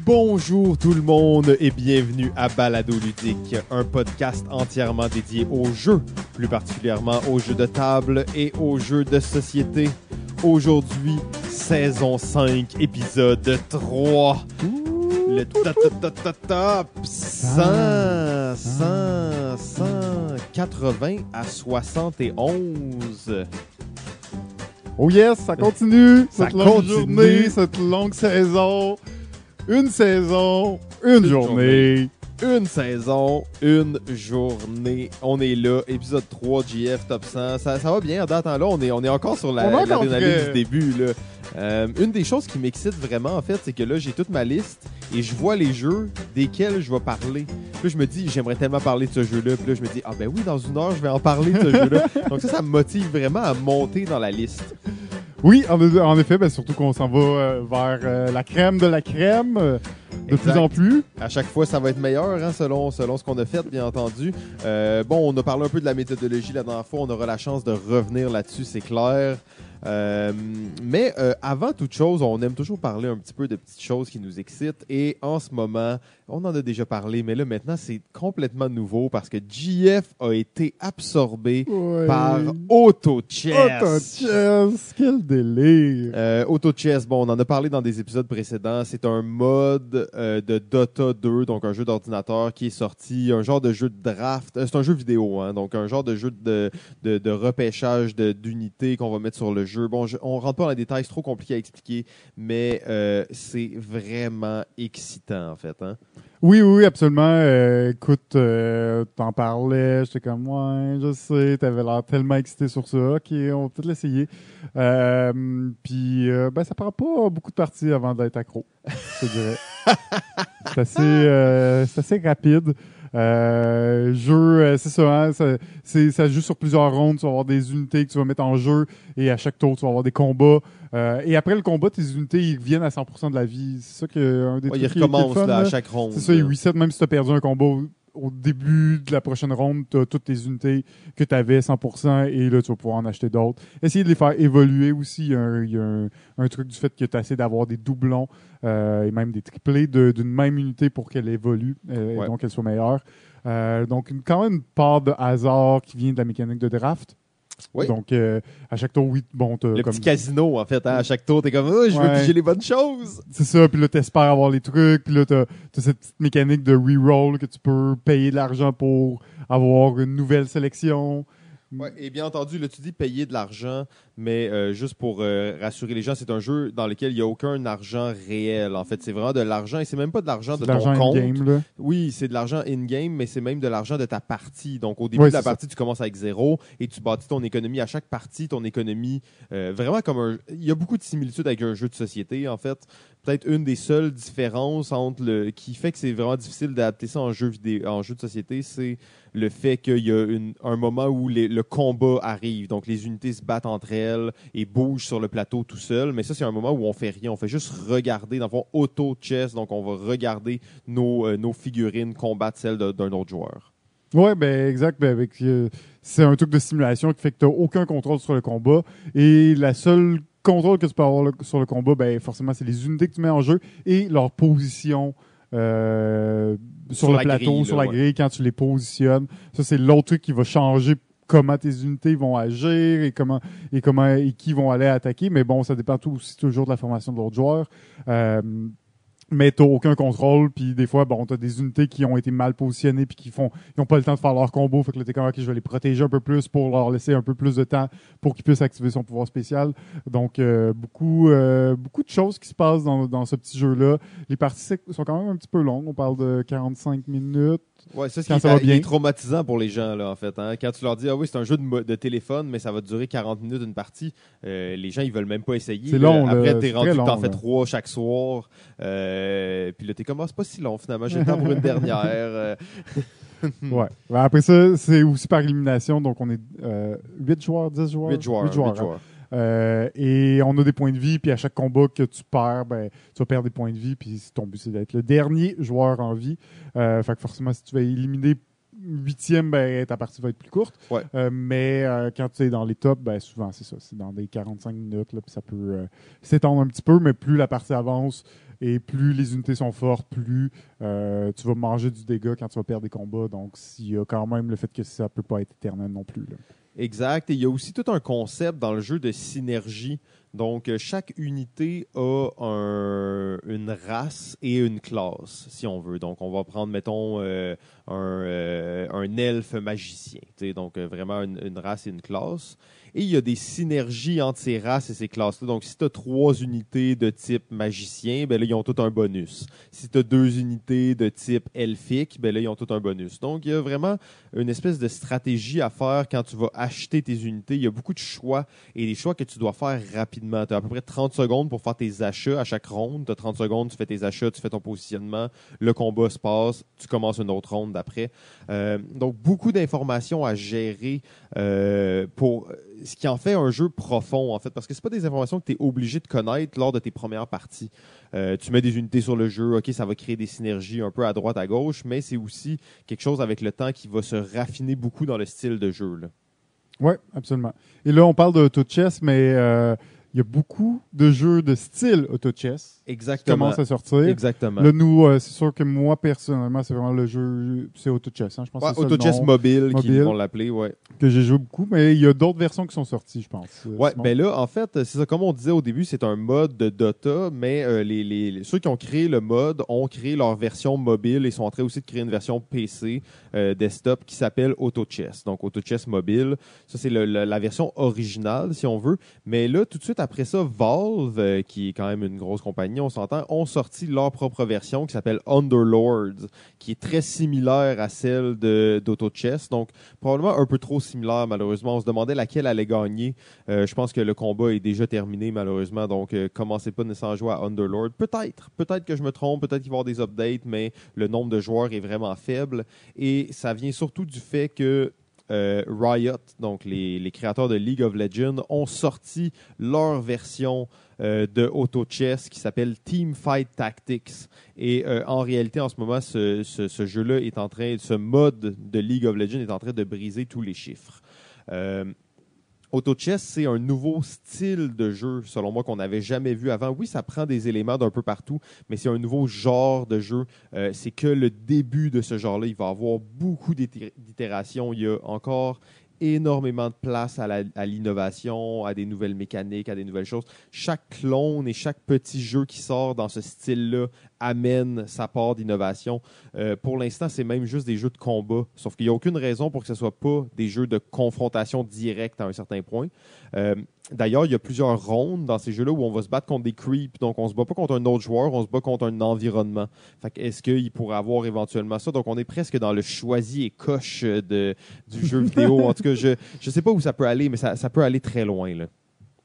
Bonjour tout le monde et bienvenue à Balado Ludique, un podcast entièrement dédié aux jeux, plus particulièrement aux jeux de table et aux jeux de société. Aujourd'hui, saison 5, épisode 3. Le top 180 à 71. Oh yes, ça continue! Ça cette longue continue. journée, cette longue saison. Une saison, une journée. Une saison, une journée. On est là, épisode 3, GF Top 100. Ça va bien à date. Là, on est encore sur On est encore l'adrénaline prêt. du début. Là. Une des choses qui m'excite vraiment, en fait, c'est que là, j'ai toute ma liste et je vois les jeux desquels je vais parler. Puis je me dis, j'aimerais tellement parler de ce jeu-là. Puis là, je me dis, ah ben oui, dans une heure, je vais en parler de ce jeu-là. Donc ça me motive vraiment à monter dans la liste. Oui, en effet, ben, surtout qu'on s'en va vers la crème de la crème de Exact. plus en plus. À chaque fois, ça va être meilleur, hein, selon ce qu'on a fait, bien entendu. Bon, on a parlé un peu de la méthodologie la dernière fois. On aura la chance de revenir là-dessus, c'est clair. Mais avant toute chose, on aime toujours parler un petit peu de petites choses qui nous excitent. Et en ce moment, on en a déjà parlé, mais là, maintenant, c'est complètement nouveau parce que GF a été absorbé Ouais. par AutoChess. AutoChess, quel délire! AutoChess, bon, on en a parlé dans des épisodes précédents. C'est un mode de Dota 2, donc un jeu d'ordinateur qui est sorti, un genre de jeu de draft. C'est un jeu vidéo, hein, donc un genre de jeu de repêchage d'unités qu'on va mettre sur le jeu. Bon, on rentre pas dans les détails, c'est trop compliqué à expliquer, mais c'est vraiment excitant, en fait. Hein? Oui, absolument. Écoute, t'en parlais, j'étais comme, ouais, je sais, t'avais l'air tellement excité sur ça. OK, on va peut-être l'essayer. Puis, ben, ça prend pas beaucoup de parties avant d'être accro, je te dirais. C'est assez rapide. C'est ça, hein, ça joue sur plusieurs rondes. Tu vas avoir des unités que tu vas mettre en jeu et à chaque tour, tu vas avoir des combats. Et après le combat, tes unités, ils reviennent à 100% de la vie. C'est ça un des Ouais, trucs il qui est recommence le fun, là, à là. chaque ronde. C'est ça, ils reset même si tu as perdu un combat au début de la prochaine ronde, tu as toutes tes unités que tu avais 100% et là, tu vas pouvoir en acheter d'autres. Essayer de les faire évoluer aussi. Il y a un truc du fait que tu essaies d'avoir des doublons et même des triplés d'une même unité pour qu'elle évolue et donc qu'elle soit meilleure. Donc, quand même une part de hasard qui vient de la mécanique de draft. Oui. Donc, à chaque tour, oui, bon, t'as Le comme petit casino, en fait. Hein? À chaque tour, t'es comme, oh, je veux Ouais. piger les bonnes choses. c'est ça, puis là, t'espères avoir les trucs, puis là, t'as cette petite mécanique de reroll que tu peux payer de l'argent pour avoir une nouvelle sélection. Ouais, et bien entendu, là, tu dis payer de l'argent, mais juste pour rassurer les gens, c'est un jeu dans lequel il n'y a aucun argent réel. En fait, c'est vraiment de l'argent, et c'est même pas de l'argent C'est de de l'argent ton compte. in-game, là. Oui, c'est de l'argent in-game, mais c'est même de l'argent de ta partie. Donc, au début Oui, de la c'est ça. partie, tu commences avec 0 et tu bâtis ton économie. À chaque partie, ton économie, vraiment comme un... Il y a beaucoup de similitudes avec un jeu de société, en fait. Peut-être une des seules différences qui fait que c'est vraiment difficile d'adapter ça en jeu de société, c'est le fait qu'il y a un moment où le combat arrive. Donc, les unités se battent entre elles et bougent sur le plateau tout seul. Mais ça, c'est un moment où on fait rien. On fait juste regarder, dans le fond, auto-chess. Donc, on va regarder nos figurines combattre celles d'un autre joueur. Ouais, ben exact. Ben, c'est un truc de simulation qui fait que tu n'as aucun contrôle sur le combat. Et la seule contrôle que tu peux avoir sur le combat, ben forcément, c'est les unités que tu mets en jeu et leur position sur le la plateau, grille, sur là, la grille, quand tu les positionnes. Ça, c'est l'autre truc qui va changer comment tes unités vont agir et qui vont aller attaquer. Mais bon, ça dépend aussi toujours de la formation de l'autre joueur. Mais t'as aucun contrôle, puis des fois, bon, t'as des unités qui ont été mal positionnées puis ils ont pas le temps de faire leur combo, fait que là, t'es comme, ok, je vais les protéger un peu plus pour leur laisser un peu plus de temps pour qu'ils puissent activer son pouvoir spécial. Donc, beaucoup de choses qui se passent dans ce petit jeu-là. Les parties sont quand même un petit peu longues, on parle de 45 minutes. Ouais, ça, Quand ça va il bien. est traumatisant pour les gens, là, en fait. Hein? Quand tu leur dis, ah oui, c'est un jeu de téléphone, mais ça va durer 40 minutes une partie, les gens, ils veulent même pas essayer. C'est là. long, là. Après, t'es C'est rendu très que t'en long, fais là. 3 chaque soir. Puis là, t'es comme, ah, c'est pas si long, finalement. J'ai le temps pour une dernière. Ouais. Ben, après ça, c'est aussi par élimination, donc on est 8 joueurs, 10 joueurs? 8 joueurs. 8 joueurs. Et on a des points de vie, puis à chaque combat que tu perds, ben, tu vas perdre des points de vie, puis ton but c'est d'être le dernier joueur en vie. Fait que forcément, si tu vas éliminer 8e, ben, ta partie va être plus courte. Ouais. Mais quand tu es dans les tops, ben, souvent, c'est ça. C'est dans des 45 minutes. Là, puis ça peut s'étendre un petit peu, mais plus la partie avance et plus les unités sont fortes, plus tu vas manger du dégât quand tu vas perdre des combats. Donc, il y a quand même le fait que ça peut pas être éternel non plus. Là. Exact. Et il y a aussi tout un concept dans le jeu de synergie. Donc, chaque unité a une race et une classe, si on veut. Donc, on va prendre, mettons, un elfe magicien. Donc, vraiment une race et une classe. Et il y a des synergies entre ces races et ces classes-là. Donc, si tu as 3 unités de type magicien, ben là, ils ont tout un bonus. Si tu as 2 unités de type elfique, ben là, ils ont tout un bonus. Donc, il y a vraiment une espèce de stratégie à faire quand tu vas acheter tes unités. Il y a beaucoup de choix et des choix que tu dois faire rapidement. Tu as à peu près 30 secondes pour faire tes achats à chaque ronde. Tu as 30 secondes, tu fais tes achats, tu fais ton positionnement, le combat se passe, tu commences une autre ronde d'après. Donc, beaucoup d'informations à gérer pour ce qui en fait un jeu profond, en fait, parce que c'est pas des informations que tu es obligé de connaître lors de tes premières parties. Tu mets des unités sur le jeu, OK, ça va créer des synergies un peu à droite, à gauche, mais c'est aussi quelque chose avec le temps qui va se raffiner beaucoup dans le style de jeu. Oui, absolument. Et là, on parle d'auto-chess, mais il y a beaucoup de jeux de style auto-chess qui commencent à sortir. Exactement. Là, nous, c'est sûr que moi, personnellement, c'est vraiment le jeu, c'est auto-chess. Hein, je pense que c'est ça, auto-chess mobile, qu'ils vont l'appeler, ouais. Que j'ai joué beaucoup, mais il y a d'autres versions qui sont sorties, je pense. Ouais, ben là, en fait, c'est ça, comme on disait au début, c'est un mode de Dota, mais ceux qui ont créé le mode ont créé leur version mobile et sont en train aussi de créer une version PC desktop qui s'appelle AutoChess. Donc, AutoChess mobile, ça, c'est la version originale, si on veut. Mais là, tout de suite après ça, Valve, qui est quand même une grosse compagnie, on s'entend, ont sorti leur propre version qui s'appelle Underlords, qui est très similaire à celle d'AutoChess. Donc, probablement un peu trop similaire, malheureusement. On se demandait laquelle allait gagner. Je pense que le combat est déjà terminé, malheureusement. Donc, commencez pas nécessairement à jouer à Underlord. Peut-être que je me trompe, peut-être qu'il va y avoir des updates, mais le nombre de joueurs est vraiment faible. Et ça vient surtout du fait que Riot, donc les créateurs de League of Legends, ont sorti leur version de AutoChess qui s'appelle Teamfight Tactics. Et en réalité, en ce moment, ce jeu-là est en train, ce mode de League of Legends est en train de briser tous les chiffres. AutoChess, c'est un nouveau style de jeu, selon moi, qu'on n'avait jamais vu avant. Oui, ça prend des éléments d'un peu partout, mais c'est un nouveau genre de jeu. C'est que le début de ce genre-là. Il va y avoir beaucoup d'itérations. Il y a encore énormément de place à l'innovation, à des nouvelles mécaniques, à des nouvelles choses. Chaque clone et chaque petit jeu qui sort dans ce style-là amène sa part d'innovation. Pour l'instant, c'est même juste des jeux de combat, sauf qu'il n'y a aucune raison pour que ce ne soit pas des jeux de confrontation directe à un certain point. D'ailleurs, il y a plusieurs rondes dans ces jeux-là où on va se battre contre des creeps. Donc, on ne se bat pas contre un autre joueur, on se bat contre un environnement. Fait que est-ce qu'il pourrait avoir éventuellement ça? Donc, on est presque dans le choisi et coche du jeu vidéo. En tout cas, je ne sais pas où ça peut aller, mais ça peut aller très loin, là.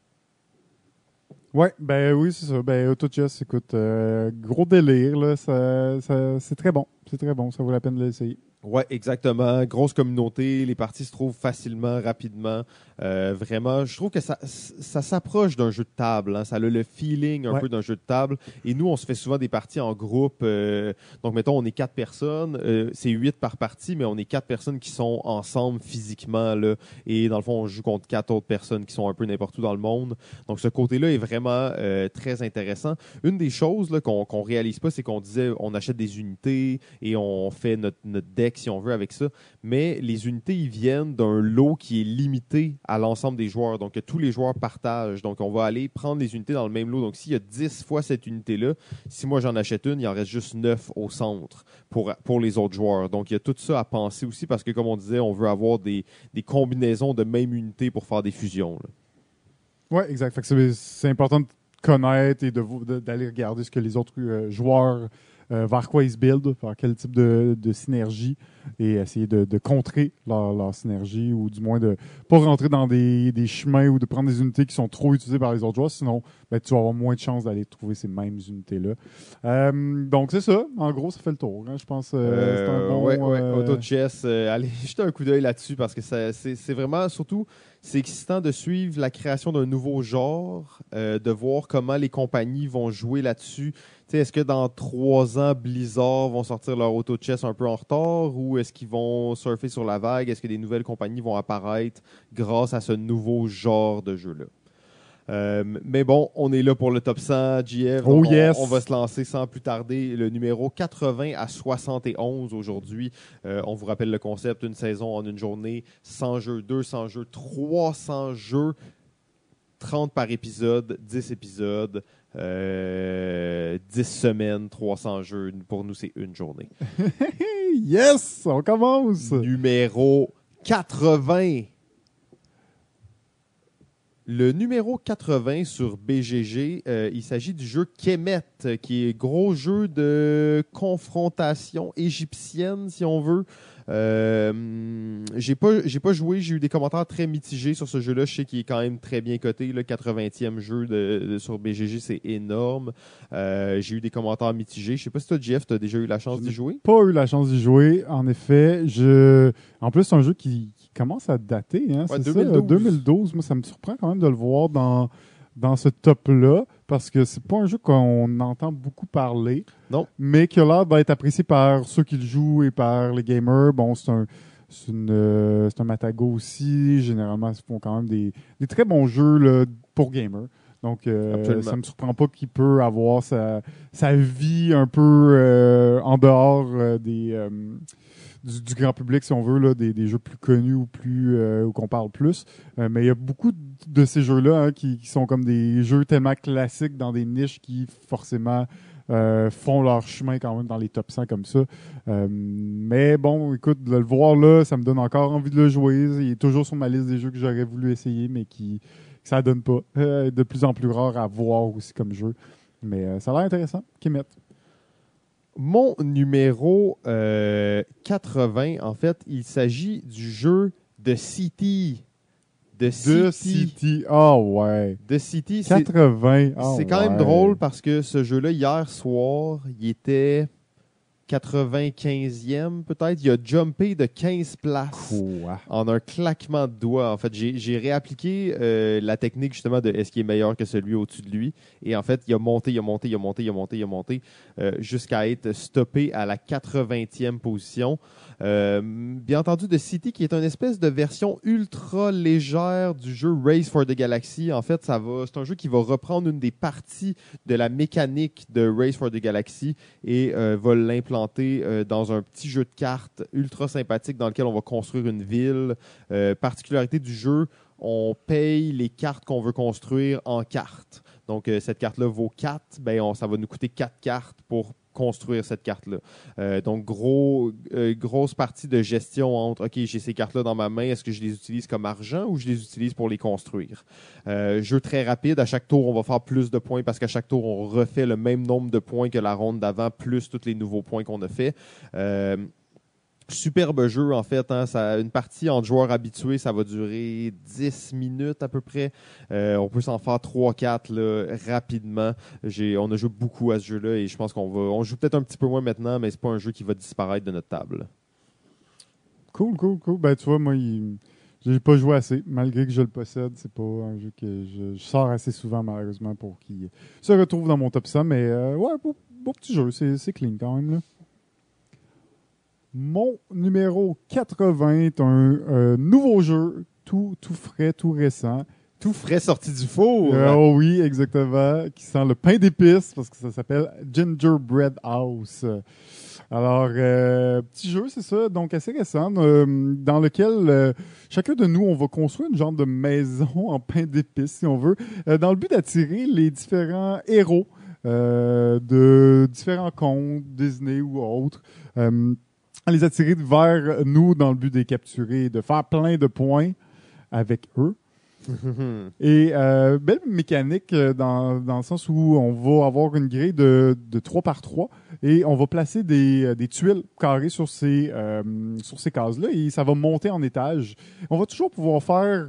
Ouais, ben oui, c'est ça. Ben, AutoChess, écoute, gros délire, là. C'est très bon. C'est très bon. Ça vaut la peine de l'essayer. Ouais, exactement. Grosse communauté. Les parties se trouvent facilement, rapidement. Vraiment, je trouve que ça s'approche d'un jeu de table. Hein. Ça a le feeling un peu d'un jeu de table. Et nous, on se fait souvent des parties en groupe. Donc, mettons, on est 4 personnes. C'est 8 par partie, mais on est 4 personnes qui sont ensemble physiquement. Là. Et dans le fond, on joue contre 4 autres personnes qui sont un peu n'importe où dans le monde. Donc, ce côté-là est vraiment très intéressant. Une des choses là, qu'on réalise pas, c'est qu'on disait on achète des unités et on fait notre deck, si on veut, avec ça. Mais les unités, ils viennent d'un lot qui est limité à l'ensemble des joueurs. Donc, tous les joueurs partagent. Donc, on va aller prendre les unités dans le même lot. Donc, s'il y a 10 fois cette unité-là, si moi j'en achète une, il en reste juste 9 au centre pour les autres joueurs. Donc, il y a tout ça à penser aussi parce que, comme on disait, on veut avoir des combinaisons de même unité pour faire des fusions. Oui, exact. Fait que c'est important de connaître et d'aller regarder ce que les autres joueurs vers quoi ils se buildent, vers quel type de synergie et essayer de contrer leur synergie ou du moins de pas rentrer dans des chemins ou de prendre des unités qui sont trop utilisées par les autres joueurs, sinon ben, tu vas avoir moins de chances d'aller trouver ces mêmes unités-là. Donc c'est ça, en gros ça fait le tour. Hein. Je pense que c'est un bon... AutoChess, allez jeter un coup d'œil là-dessus parce que c'est vraiment, surtout c'est excitant de suivre la création d'un nouveau genre, de voir comment les compagnies vont jouer là-dessus. Est-ce que dans 3 ans, Blizzard vont sortir leur auto-chess un peu en retard ou est-ce qu'ils vont surfer sur la vague? Est-ce que des nouvelles compagnies vont apparaître grâce à ce nouveau genre de jeu-là? Mais bon, on est là pour le top 100, JF. Oh yes! On va se lancer sans plus tarder. Le numéro 80 à 71 aujourd'hui. On vous rappelle le concept, une saison en une journée, 100 jeux, 200 jeux, 300 jeux, 30 par épisode, 10 épisodes, 10 semaines, 300 jeux. Pour nous, c'est une journée. Yes! On commence! Numéro 80. Le numéro 80 sur BGG, il s'agit du jeu Kemet, qui est gros jeu de confrontation égyptienne, si on veut. J'ai pas joué, j'ai eu des commentaires très mitigés sur ce jeu-là. Je sais qu'il est quand même très bien coté. Le 80e jeu sur BGG, c'est énorme. J'ai eu des commentaires mitigés. Je sais pas si toi, Jeff, tu as déjà eu la chance d'y jouer. Pas eu la chance d'y jouer, en effet. En plus, c'est un jeu qui commence à dater. Hein, Ouais, c'est 2012. ça, 2012. Moi, ça me surprend quand même de le voir dans ce top-là, parce que c'est pas un jeu qu'on entend beaucoup parler, Non. mais qui a l'air d'être apprécié par ceux qui le jouent et par les gamers. Bon, c'est un Matago aussi. Généralement, ils font quand même des très bons jeux là, pour gamers. Donc, ça me surprend pas qu'il peut avoir sa vie un peu en dehors du grand public, si on veut, là, des jeux plus connus ou ou qu'on parle plus. Mais il y a beaucoup de ces jeux-là hein, qui sont comme des jeux tellement classiques dans des niches qui, forcément, font leur chemin quand même dans les top 100 comme ça. Mais bon, écoute, de le voir là, ça me donne encore envie de le jouer. Il est toujours sur ma liste des jeux que j'aurais voulu essayer, mais que ça donne pas. De plus en plus rare à voir aussi comme jeu. Mais ça a l'air intéressant. Kemet. Mon numéro 80, en fait, il s'agit du jeu The City. The City. Ah ouais. The City, 80. c'est quand même drôle parce que ce jeu-là, hier soir, il était 95e peut-être. Il a jumpé de 15 places en un claquement de doigts. En fait, j'ai réappliqué la technique justement de est-ce qu'il est meilleur que celui au-dessus de lui. Et en fait, il a monté jusqu'à être stoppé à la 80e position. Bien entendu, The City, qui est une espèce de version ultra légère du jeu Race for the Galaxy. En fait, c'est un jeu qui va reprendre une des parties de la mécanique de Race for the Galaxy et va l'implanter dans un petit jeu de cartes ultra sympathique dans lequel on va construire une ville. Particularité du jeu, on paye les cartes qu'on veut construire en cartes. Donc, cette carte-là vaut 4. Ça va nous coûter 4 cartes pour construire cette carte-là. Donc, grosse partie de gestion entre, OK, j'ai ces cartes-là dans ma main, est-ce que je les utilise comme argent ou je les utilise pour les construire? Jeu très rapide. À chaque tour, on va faire plus de points parce qu'à chaque tour, on refait le même nombre de points que la ronde d'avant, plus tous les nouveaux points qu'on a fait. Superbe jeu, en fait. Hein, une partie entre joueurs habitués, ça va durer 10 minutes à peu près. On peut s'en faire 3-4 là, rapidement. On a joué beaucoup à ce jeu-là et je pense on joue peut-être un petit peu moins maintenant, mais c'est pas un jeu qui va disparaître de notre table. Cool. Ben, tu vois, moi, j'ai pas joué assez. Malgré que je le possède, c'est pas un jeu que je sors assez souvent, malheureusement, pour qu'il se retrouve dans mon top 100. Mais ouais, beau petit jeu. C'est clean quand même, là. Mon numéro 80 est un nouveau jeu, tout frais, tout récent. Tout frais sorti du four. Oh oui, exactement. Qui sent le pain d'épices parce que ça s'appelle Gingerbread House. Alors, petit jeu, c'est ça, donc assez récent, dans lequel chacun de nous, on va construire une genre de maison en pain d'épices, si on veut, dans le but d'attirer les différents héros de différents contes, Disney ou autres. Les attirer vers nous dans le but de les capturer et de faire plein de points avec eux. Et belle mécanique dans le sens où on va avoir une grille de 3 par 3 et on va placer des tuiles carrées sur ces cases-là et ça va monter en étage. On va toujours pouvoir faire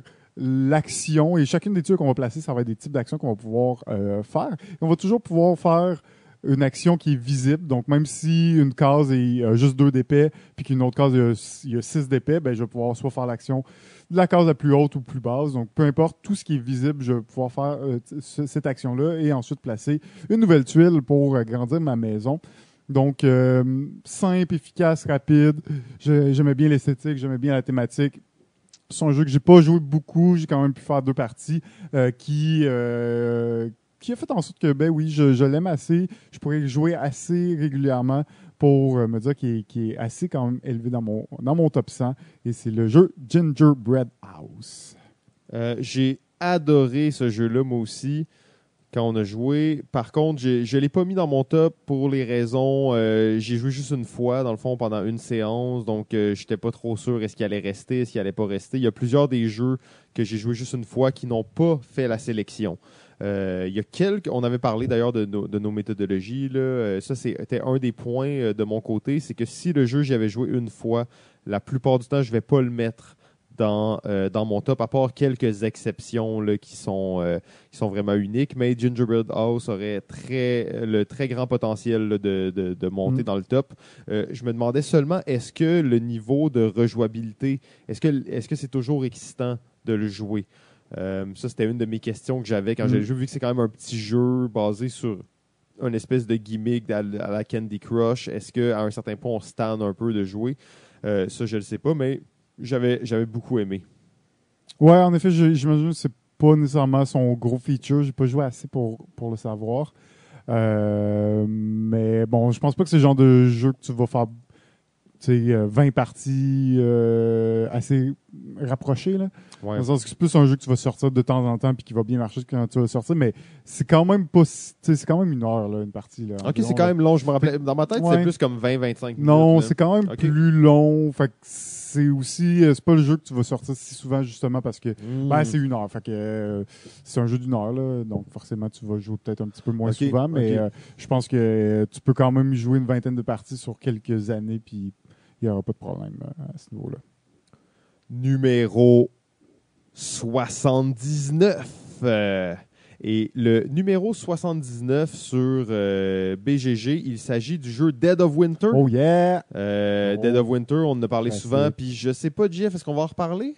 l'action et chacune des tuiles qu'on va placer, ça va être des types d'actions qu'on va pouvoir faire. Et on va toujours pouvoir faire une action qui est visible. Donc, même si une case est juste 2 d'épais, puis qu'une autre case, il y a 6 d'épais, ben, je vais pouvoir soit faire l'action de la case la plus haute ou plus basse. Donc, peu importe, tout ce qui est visible, je vais pouvoir faire cette action-là et ensuite placer une nouvelle tuile pour agrandir ma maison. Donc, simple, efficace, rapide. J'aimais bien l'esthétique, j'aimais bien la thématique. C'est un jeu que j'ai pas joué beaucoup. J'ai quand même pu faire 2 parties qui a fait en sorte que, ben oui, je l'aime assez. Je pourrais jouer assez régulièrement pour me dire qu'il est assez quand même élevé dans mon top 100. Et c'est le jeu Gingerbread House. J'ai adoré ce jeu-là, moi aussi, quand on a joué. Par contre, je ne l'ai pas mis dans mon top pour les raisons... j'ai joué juste une fois, dans le fond, pendant une séance. Donc, je n'étais pas trop sûr est-ce qu'il allait rester, est-ce qu'il allait pas rester. Il y a plusieurs des jeux que j'ai joué juste une fois qui n'ont pas fait la sélection. Il y a on avait parlé d'ailleurs de nos méthodologies. Là. Ça, c'était un des points de mon côté. C'est que si le jeu, j'y avais joué une fois, la plupart du temps, je ne vais pas le mettre dans mon top, à part quelques exceptions là, qui sont vraiment uniques. Mais Gingerbread House aurait le très grand potentiel là, de monter dans le top. Je me demandais seulement, est-ce que le niveau de rejouabilité, est-ce que c'est toujours excitant de le jouer? Ça, c'était une de mes questions que j'avais quand j'ai joué, vu que c'est quand même un petit jeu basé sur une espèce de gimmick à la Candy Crush. Est-ce qu'à un certain point, on se tanne un peu de jouer? Ça, je ne le sais pas, mais j'avais beaucoup aimé. Ouais, en effet, j'imagine que c'est pas nécessairement son gros feature. J'ai pas joué assez pour le savoir. Mais bon, je pense pas que c'est le genre de jeu que tu vas faire 20 parties assez rapprochées. Là. Ouais. Dans le sens que c'est plus un jeu que tu vas sortir de temps en temps puis qui va bien marcher quand tu vas sortir, mais c'est quand même pas c'est quand même 1 heure là, une partie. Là, Ok, environ, c'est quand même long. Je me rappelais. Dans ma tête, c'est plus comme 20-25 minutes. Non, là. c'est quand même plus long. Fait que c'est aussi c'est pas le jeu que tu vas sortir si souvent justement parce que c'est 1 heure. Fait que c'est un jeu d'1 heure là, donc forcément tu vas jouer peut-être un petit peu moins souvent, mais je pense que tu peux quand même y jouer une vingtaine de parties sur quelques années puis il n'y aura pas de problème à ce niveau-là. Numéro 79. Et le numéro 79 sur BGG, il s'agit du jeu Dead of Winter. Oh yeah! Dead of Winter, on en a parlé souvent. Puis je sais pas, Jeff, est-ce qu'on va en reparler?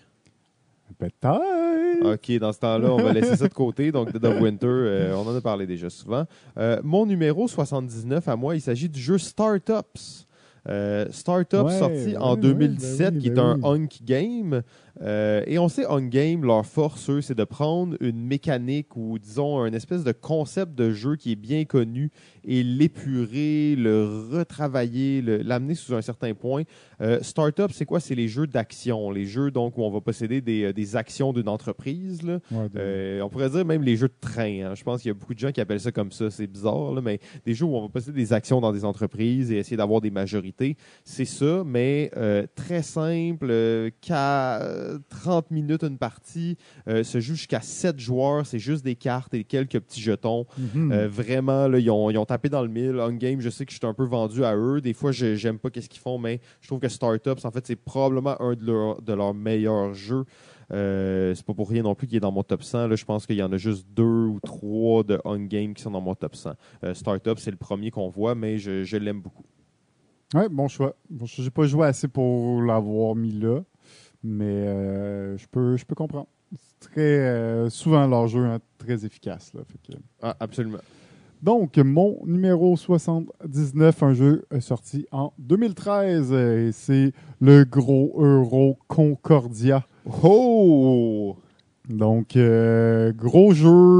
Peut-être! OK, dans ce temps-là, on va laisser ça de côté. Donc, Dead of Winter, on en a parlé déjà souvent. Mon numéro 79 à moi, il s'agit du jeu Startups. Startup sorti en 2017, qui est un Hunk Game. Et on sait, Hunk Game, leur force, eux, c'est de prendre une mécanique ou, disons, un espèce de concept de jeu qui est bien connu et l'épurer, le retravailler, l'amener sous un certain point. Startup, c'est quoi? C'est les jeux d'action. Les jeux donc où on va posséder des actions d'une entreprise. Là. Ouais, on pourrait dire même les jeux de train. Hein. Je pense qu'il y a beaucoup de gens qui appellent ça comme ça. C'est bizarre, là, mais des jeux où on va posséder des actions dans des entreprises et essayer d'avoir des majorités. C'est ça, mais très simple, qu'à 30 minutes une partie, se joue jusqu'à 7 joueurs, c'est juste des cartes et quelques petits jetons. Vraiment, là, ils ont tapé dans le mille. On Game, je sais que je suis un peu vendu à eux. Des fois, j'aime pas qu'est-ce qu'ils font, mais je trouve que Startups, en fait, c'est probablement un de leurs meilleurs jeux. C'est pas pour rien non plus qu'il est dans mon top 100. Là, je pense qu'il y en a juste 2 ou 3 de On Game qui sont dans mon top 100. Startups, c'est le premier qu'on voit, mais je l'aime beaucoup. Ouais, bon choix. Bon, j'ai pas joué assez pour l'avoir mis là, mais je peux comprendre. C'est très souvent leur jeu très efficace. Là, fait que... Ah, absolument. Donc, mon numéro 79, un jeu sorti en 2013, et c'est le gros Euro Concordia. Oh! Donc, gros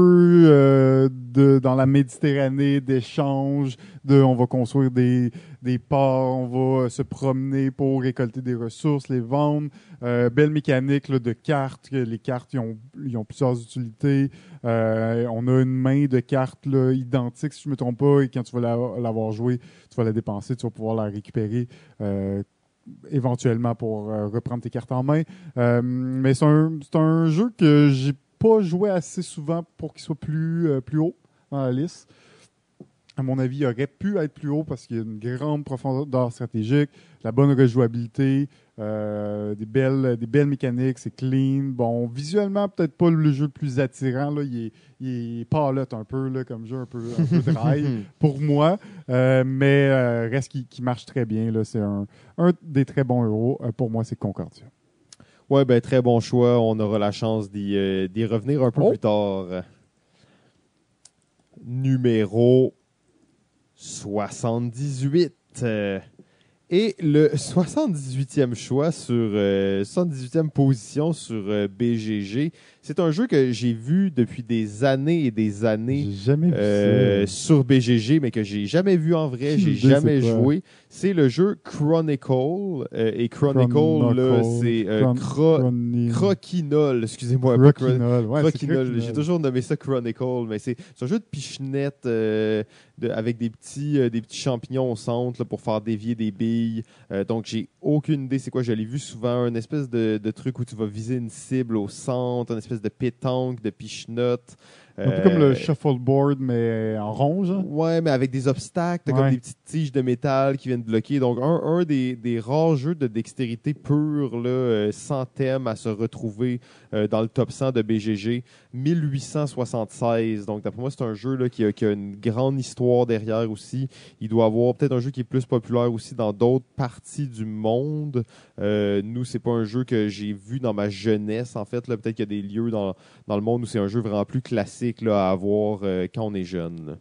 jeu dans la Méditerranée d'échange, on va construire des ports, on va se promener pour récolter des ressources, les vendre. Belle mécanique là, de cartes, les cartes ils ont plusieurs utilités. On a une main de cartes là, identique, si je ne me trompe pas, et quand tu vas l'avoir joué, tu vas la dépenser, tu vas pouvoir la récupérer éventuellement pour reprendre tes cartes en main. Mais c'est un jeu que j'ai pas joué assez souvent pour qu'il soit plus haut dans la liste. À mon avis, il aurait pu être plus haut parce qu'il y a une grande profondeur stratégique, la bonne rejouabilité, des belles mécaniques, c'est clean. Bon, visuellement, peut-être pas le jeu le plus attirant. Là. Il est palotte un peu, là, comme jeu, un peu dry pour moi. Mais reste qui marche très bien. Là. C'est un des très bons héros. Pour moi, c'est Concordia. Ouais, ben très bon choix. On aura la chance d'y revenir un peu plus tard. Numéro 78. Et le 78e choix sur 78e position sur BGG, c'est un jeu que j'ai vu depuis des années et des années sur BGG, mais que j'ai jamais vu en vrai, j'ai jamais joué. C'est le jeu Chronicle. Et Chronicle, là, c'est Crokinole, excusez-moi. Crokinole. J'ai toujours nommé ça Chronicle, mais c'est un jeu de pichenette avec des petits champignons au centre là, pour faire dévier des billes. Donc, j'ai aucune idée c'est quoi. Je l'ai vu souvent, une espèce de truc où tu vas viser une cible au centre, une espèce de pétanque, de pichenotte. Un peu comme le shuffleboard, mais en rond, genre. Ouais, mais avec des obstacles. T'as comme des petites tiges de métal qui viennent bloquer. Donc, un des rares jeux de dextérité pure, là, sans thème, à se retrouver dans le top 100 de BGG. 1876. Donc, d'après moi, c'est un jeu là, qui a une grande histoire derrière aussi. Il doit avoir peut-être un jeu qui est plus populaire aussi dans d'autres parties du monde. Nous, c'est pas un jeu que j'ai vu dans ma jeunesse, en fait. Là. Peut-être qu'il y a des lieux dans le monde où c'est un jeu vraiment plus classique là, à avoir quand on est jeune.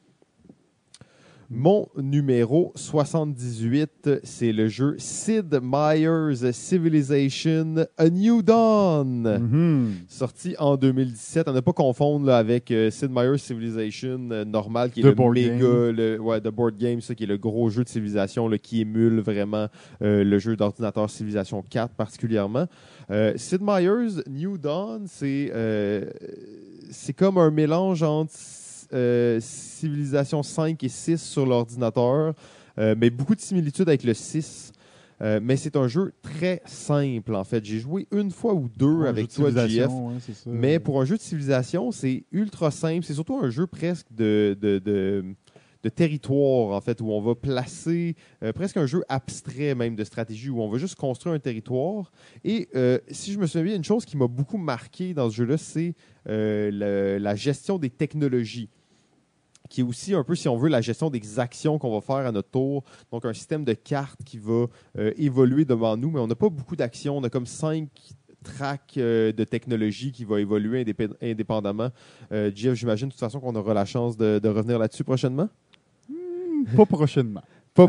Mon numéro 78, c'est le jeu Sid Meier's Civilization A New Dawn, sorti en 2017. À ne pas confondre là, avec Sid Meier's Civilization normal, qui est The Board Game, ça, qui est le gros jeu de civilisation là, qui émule vraiment le jeu d'ordinateur Civilization 4 particulièrement. Sid Meier's New Dawn, c'est comme un mélange entre Civilization 5 et 6 sur l'ordinateur, mais beaucoup de similitudes avec le 6. Mais c'est un jeu très simple, en fait. J'ai joué une fois ou deux avec toi, JF. Mais pour un jeu de civilisation, c'est ultra simple. C'est surtout un jeu presque de territoire, en fait, où on va placer presque un jeu abstrait même de stratégie, où on va juste construire un territoire. Et si je me souviens bien, une chose qui m'a beaucoup marqué dans ce jeu-là, c'est la gestion des technologies, qui est aussi un peu, si on veut, la gestion des actions qu'on va faire à notre tour. Donc, un système de cartes qui va évoluer devant nous, mais on n'a pas beaucoup d'actions. On a comme 5 tracks de technologie qui va évoluer indépendamment. Jeff, j'imagine de toute façon qu'on aura la chance de revenir là-dessus prochainement? Pas prochainement.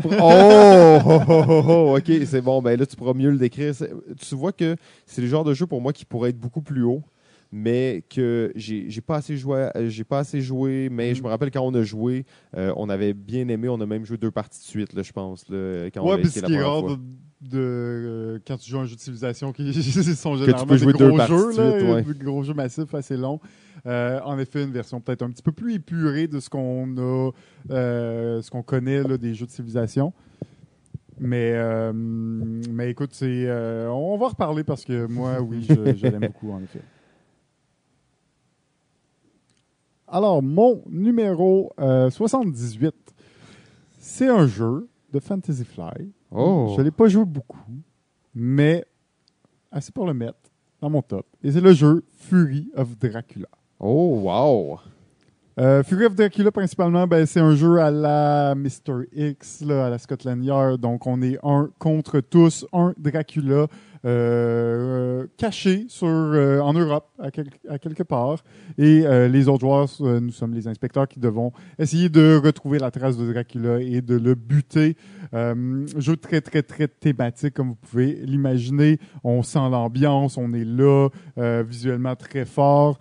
OK, c'est bon. Ben là, tu pourras mieux le décrire. Tu vois que c'est le genre de jeu pour moi qui pourrait être beaucoup plus haut, mais que j'ai pas assez joué, mais je me rappelle quand on a joué, on avait bien aimé, on a même joué 2 parties de suite, là, je pense. Là, quand mais ce qui est rare quand tu joues à un jeu de civilisation qui sont généralement des gros jeux, des gros jeux massifs assez longs. En effet, une version peut-être un petit peu plus épurée de ce qu'on connaît là, des jeux de civilisation. Mais écoute, on va en reparler parce que moi, oui, je l'aime beaucoup, en effet. Alors, mon numéro 78, c'est un jeu de Fantasy Flight. Je ne l'ai pas joué beaucoup, mais assez pour le mettre dans mon top. Et c'est le jeu Fury of Dracula. Oh, wow! Fury of Dracula, principalement, c'est un jeu à la Mr. X, là, à la Scotland Yard. Donc, on est un contre tous, un Dracula caché en Europe, à quelque part. Et les autres joueurs, nous sommes les inspecteurs qui devons essayer de retrouver la trace de Dracula et de le buter. Jeu très, très, très thématique, comme vous pouvez l'imaginer. On sent l'ambiance, on est là, visuellement très fort.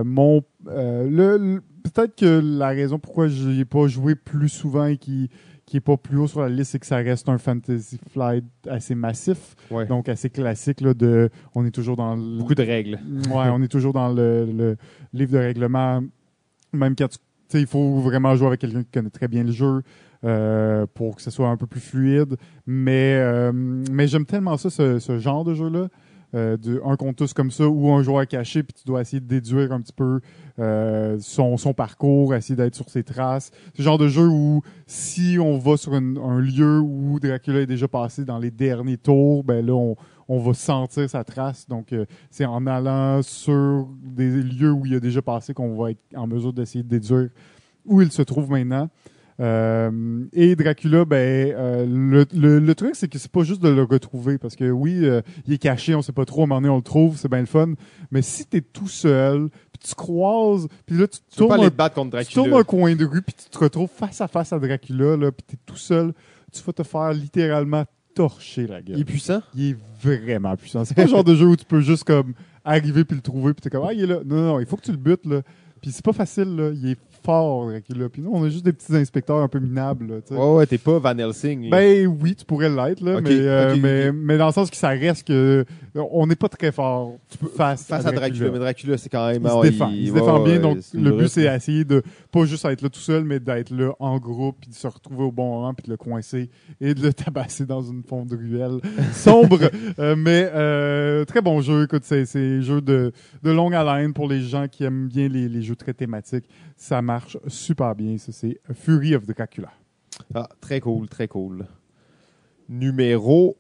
Peut-être que la raison pourquoi je n'y ai pas joué plus souvent et qui est pas plus haut sur la liste, c'est que ça reste un Fantasy Flight assez massif, donc assez classique. Là, on est toujours dans beaucoup de règles. Ouais, on est toujours dans le livre de règlement. Même quand il faut vraiment jouer avec quelqu'un qui connaît très bien le jeu pour que ce soit un peu plus fluide. Mais j'aime tellement ça, ce genre de jeu-là. un contre tous comme ça ou un joueur caché, puis tu dois essayer de déduire un petit peu son parcours, essayer d'être sur ses traces. C'est le genre de jeu où si on va sur un lieu où Dracula est déjà passé dans les derniers tours, ben là, on va sentir sa trace. Donc, c'est en allant sur des lieux où il a déjà passé qu'on va être en mesure d'essayer de déduire où il se trouve maintenant. Et Dracula, le truc, c'est que c'est pas juste de le retrouver, parce que oui, il est caché, on sait pas trop, à un moment donné, on le trouve, c'est bien le fun, mais si t'es tout seul, puis tu croises, puis là, tu peux pas tournes aller te battre contre tu Dracula. tournes un coin de rue, puis tu te retrouves face à Dracula, là, puis t'es tout seul, tu vas te faire littéralement torcher la gueule. Il est puissant? Il est vraiment puissant. C'est pas le genre de jeu où tu peux juste comme arriver puis le trouver, puis t'es comme, ah, il est là. Non, il faut que tu le butes, là. Puis c'est pas facile, là. Il est fort, Dracula. Puis nous, on a juste des petits inspecteurs un peu minables, là, tu sais. Ouais, t'es pas Van Helsing. Ben oui, tu pourrais l'être, là, Ok. mais dans le sens que ça reste que on n'est pas très fort face à Dracula. Mais Dracula, c'est quand même... Il se défend bien, donc le but, c'est à essayer de pas juste être là tout seul, mais d'être là en groupe, puis de se retrouver au bon moment, puis de le coincer et de le tabasser dans une fond de ruelle sombre. Mais très bon jeu, écoute, c'est un jeu de longue haleine pour les gens qui aiment bien les jeux très thématiques. Ça marche super bien, ça, c'est Fury of Dracula. Ah, très cool, très cool. Numéro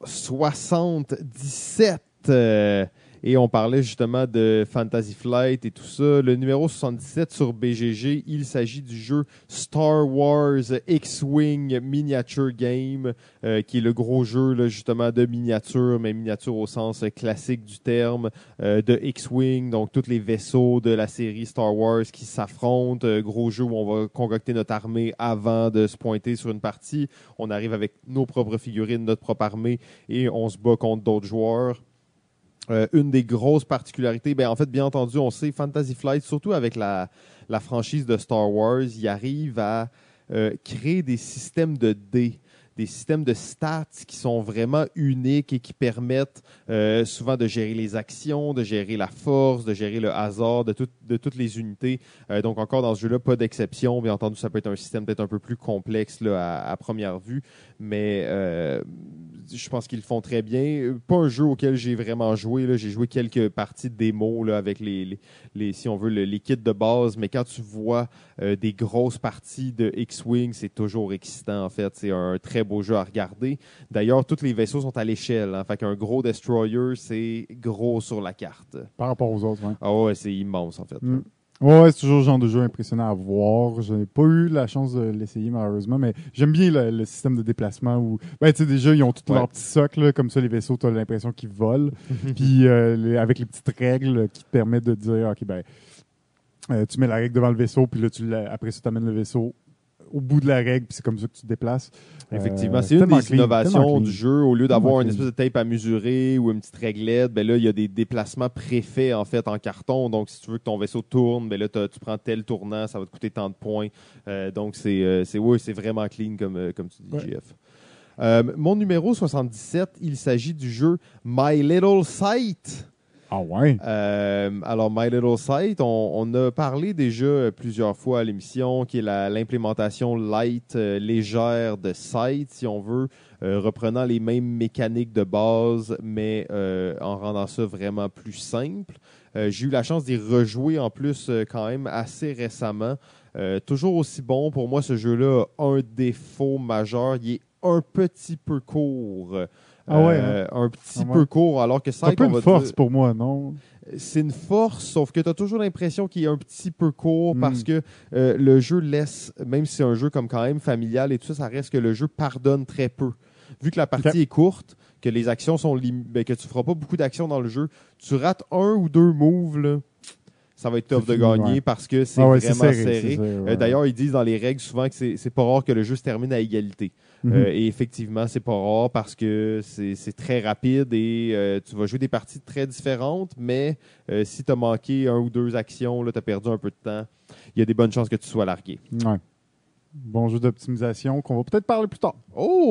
77. Et on parlait justement de Fantasy Flight et tout ça. Le numéro 77 sur BGG, il s'agit du jeu Star Wars X-Wing Miniature Game, qui est le gros jeu là, justement de miniature, mais miniature au sens classique du terme, de X-Wing, donc tous les vaisseaux de la série Star Wars qui s'affrontent. Gros jeu où on va concocter notre armée avant de se pointer sur une partie. On arrive avec nos propres figurines, notre propre armée, et on se bat contre d'autres joueurs. Une des grosses particularités, en fait, bien entendu, on sait, Fantasy Flight, surtout avec la franchise de Star Wars, il arrive à créer des systèmes de dés, des systèmes de stats qui sont vraiment uniques et qui permettent souvent de gérer les actions, de gérer la force, de gérer le hasard de toutes les unités. Donc encore dans ce jeu-là, pas d'exception. Bien entendu, ça peut être un système peut-être un peu plus complexe là, à première vue, mais je pense qu'ils le font très bien. Pas un jeu auquel j'ai vraiment joué. Là. J'ai joué quelques parties de démo là, avec les si on veut, les kits de base, mais quand tu vois des grosses parties de X-Wing, c'est toujours excitant en fait. C'est un très beau jeu à regarder. D'ailleurs, tous les vaisseaux sont à l'échelle. Hein. Fait qu'un gros destroyer, c'est gros sur la carte. Par rapport aux autres, oui. Ah ouais, c'est immense en fait. Ouais, c'est toujours le genre de jeu impressionnant à voir. Je n'ai pas eu la chance de l'essayer malheureusement, mais j'aime bien le système de déplacement où, tu sais, déjà, ils ont tous leurs petits socles, là, comme ça, les vaisseaux, tu as l'impression qu'ils volent. Puis avec les petites règles qui te permettent de dire, OK, tu mets la règle devant le vaisseau, puis là, après ça, tu amènes le vaisseau au bout de la règle, puis c'est comme ça que tu te déplaces. Effectivement, c'est une des innovations du jeu. Au lieu d'avoir une espèce de tape à mesurer ou une petite réglette, là, il y a des déplacements préfaits en fait en carton. Donc, si tu veux que ton vaisseau tourne, là, tu prends tel tournant, ça va te coûter tant de points. Donc, c'est vraiment clean comme tu dis, JF. Mon numéro 77, il s'agit du jeu My Little Sight. Ah ouais? Alors, My Little Sight, on a parlé déjà plusieurs fois à l'émission, qui est l'implémentation light, légère de Sight, si on veut, reprenant les mêmes mécaniques de base, mais en rendant ça vraiment plus simple. J'ai eu la chance d'y rejouer en plus quand même assez récemment. Toujours aussi bon. Pour moi, ce jeu-là a un défaut majeur. Il est un petit peu court. Un petit peu court, alors que Sight, c'est un peu une force pour moi, non? C'est une force, sauf que tu as toujours l'impression qu'il est un petit peu court parce que le jeu laisse, même si c'est un jeu comme quand même familial et tout ça, ça reste que le jeu pardonne très peu. Vu que la partie est courte, que les actions sont que tu feras pas beaucoup d'actions dans le jeu, tu rates un ou deux moves, là, ça va être tough de gagner parce que c'est vraiment serré. D'ailleurs, ils disent dans les règles souvent que c'est pas rare que le jeu se termine à égalité. Et effectivement, c'est pas rare parce que c'est très rapide et tu vas jouer des parties très différentes, mais si tu as manqué un ou deux actions, tu as perdu un peu de temps, il y a des bonnes chances que tu sois largué. Ouais. Bon jeu d'optimisation qu'on va peut-être parler plus tard.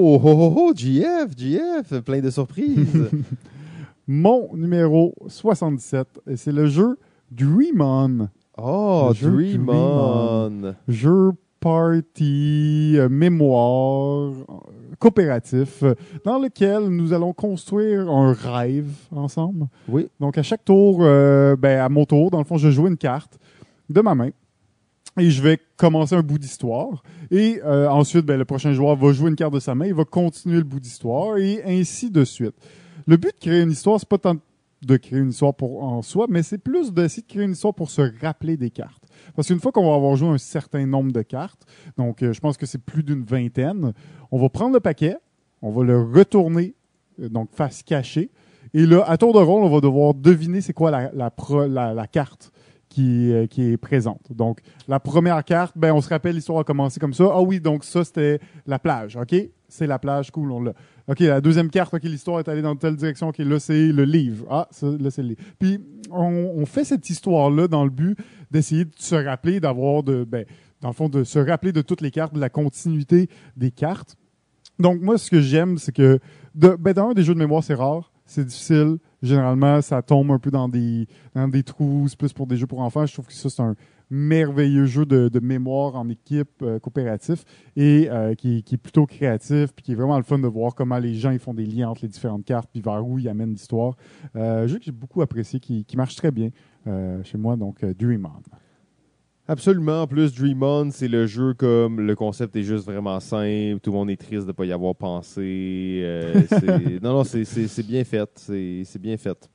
GF, plein de surprises. Mon numéro 77, c'est le jeu Dream On. Oh, Dream On. Jeu party, mémoire, coopératif dans lequel nous allons construire un rêve ensemble. Oui. Donc, à chaque tour, à mon tour, dans le fond, je joue une carte de ma main et je vais commencer un bout d'histoire. Et ensuite, le prochain joueur va jouer une carte de sa main, il va continuer le bout d'histoire et ainsi de suite. Le but de créer une histoire, c'est pas tant de créer une histoire en soi, mais c'est plus d'essayer de créer une histoire pour se rappeler des cartes. Parce qu'une fois qu'on va avoir joué un certain nombre de cartes, donc je pense que c'est plus d'une vingtaine, on va prendre le paquet, on va le retourner, donc face cachée, et là, à tour de rôle, on va devoir deviner c'est quoi la carte qui est présente. Donc, la première carte, on se rappelle, l'histoire a commencé comme ça. Ah oui, donc ça, c'était la plage. OK? C'est la plage, cool, on l'a. OK, la deuxième carte, OK, l'histoire est allée dans telle direction. OK, là, c'est le livre. Ah, ça, là, c'est le livre. Puis, on fait cette histoire-là dans le but d'essayer de se rappeler, dans le fond, de se rappeler de toutes les cartes, de la continuité des cartes. Donc, moi, ce que j'aime, c'est que, dans des jeux de mémoire, c'est rare. C'est difficile. Généralement, ça tombe un peu dans des trous. C'est plus pour des jeux pour enfants. Je trouve que ça, c'est un merveilleux jeu de mémoire en équipe coopératif et qui est plutôt créatif puis qui est vraiment le fun de voir comment les gens ils font des liens entre les différentes cartes puis vers où ils amènent l'histoire. Un jeu que j'ai beaucoup apprécié, qui marche très bien chez moi, donc Dream On. Absolument. En plus, Dream On, c'est le jeu comme le concept est juste vraiment simple. Tout le monde est triste de ne pas y avoir pensé. Non, c'est bien fait. C'est bien fait.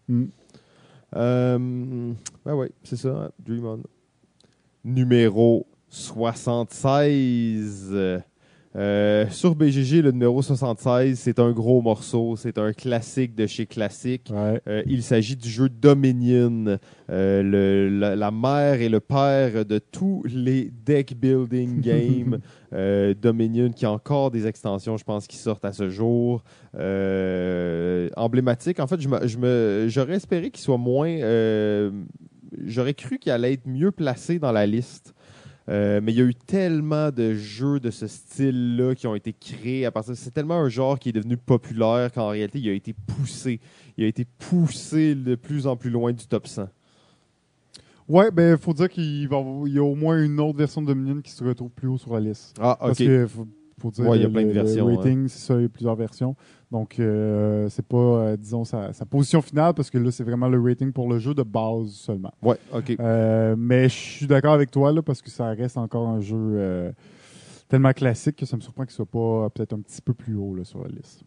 Ouais, c'est ça. Dream On. Numéro 76. Sur BGG, le numéro 76, c'est un gros morceau. C'est un classique de chez Classic. Ouais. Il s'agit du jeu Dominion, la mère et le père de tous les deck building games. Dominion, qui a encore des extensions, je pense, qui sortent à ce jour. Emblématique. En fait, j'aurais espéré qu'il soit moins... j'aurais cru qu'il allait être mieux placé dans la liste. Mais il y a eu tellement de jeux de ce style-là qui ont été créés à partir. C'est tellement un genre qui est devenu populaire qu'en réalité, il a été poussé. Il a été poussé de plus en plus loin du top 100. Ouais, faut dire qu'il y a au moins une autre version de Dominion qui se retrouve plus haut sur la liste. Ah, ok. Parce que faut dire, ouais, il y a plein de versions. Le rating, c'est ça, il y a plusieurs versions. Donc, c'est pas, disons, sa position finale, parce que là, c'est vraiment le rating pour le jeu de base seulement. Ouais, ok. Mais je suis d'accord avec toi, là, parce que ça reste encore un jeu tellement classique que ça me surprend qu'il soit pas peut-être un petit peu plus haut là, sur la liste.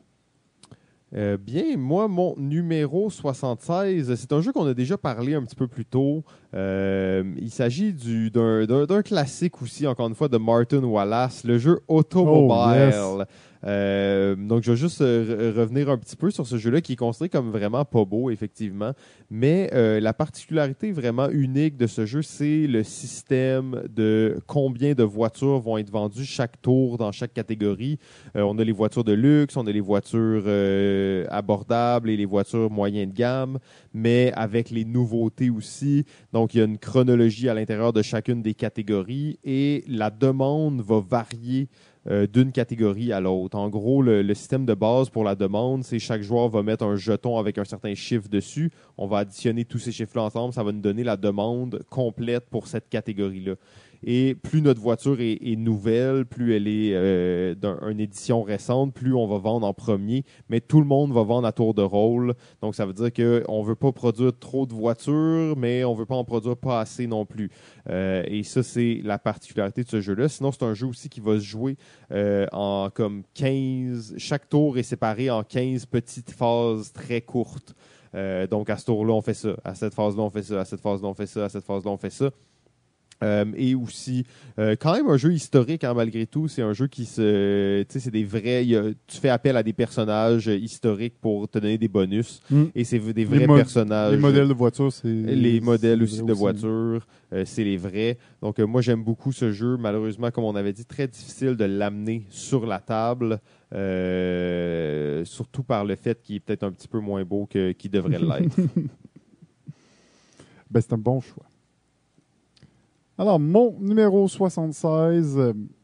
Bien, moi, mon numéro 76, c'est un jeu qu'on a déjà parlé un petit peu plus tôt. Il s'agit d'un classique aussi, encore une fois, de Martin Wallace, le jeu Automobile. Oh, yes. Donc, je vais juste revenir un petit peu sur ce jeu-là qui est construit comme vraiment pas beau, effectivement. Mais la particularité vraiment unique de ce jeu, c'est le système de combien de voitures vont être vendues chaque tour dans chaque catégorie. On a les voitures de luxe, on a les voitures abordables et les voitures moyennes de gamme, mais avec les nouveautés aussi. Donc, il y a une chronologie à l'intérieur de chacune des catégories et la demande va varier d'une catégorie à l'autre. En gros, le système de base pour la demande, c'est chaque joueur va mettre un jeton avec un certain chiffre dessus. On va additionner tous ces chiffres-là ensemble. Ça va nous donner la demande complète pour cette catégorie-là. Et plus notre voiture est nouvelle, plus elle est d'une édition récente, plus on va vendre en premier. Mais tout le monde va vendre à tour de rôle. Donc, ça veut dire qu'on ne veut pas produire trop de voitures, mais on ne veut pas en produire pas assez non plus. Et ça, c'est la particularité de ce jeu-là. Sinon, c'est un jeu aussi qui va se jouer en comme 15... Chaque tour est séparé en 15 petites phases très courtes. Donc, à ce tour-là, on fait ça. À cette phase-là, on fait ça. À cette phase-là, on fait ça. À cette phase-là, on fait ça. Et aussi, quand même un jeu historique, hein, malgré tout. C'est un jeu qui se... Tu sais, c'est des vrais... tu fais appel à des personnages historiques pour te donner des bonus. Et c'est des vrais personnages. Les modèles de voitures, c'est... Les modèles aussi de voitures, c'est les vrais. Donc, moi, j'aime beaucoup ce jeu. Malheureusement, comme on avait dit, très difficile de l'amener sur la table. Surtout par le fait qu'il est peut-être un petit peu moins beau qu'il devrait l'être. C'est un bon choix. Alors, mon numéro 76,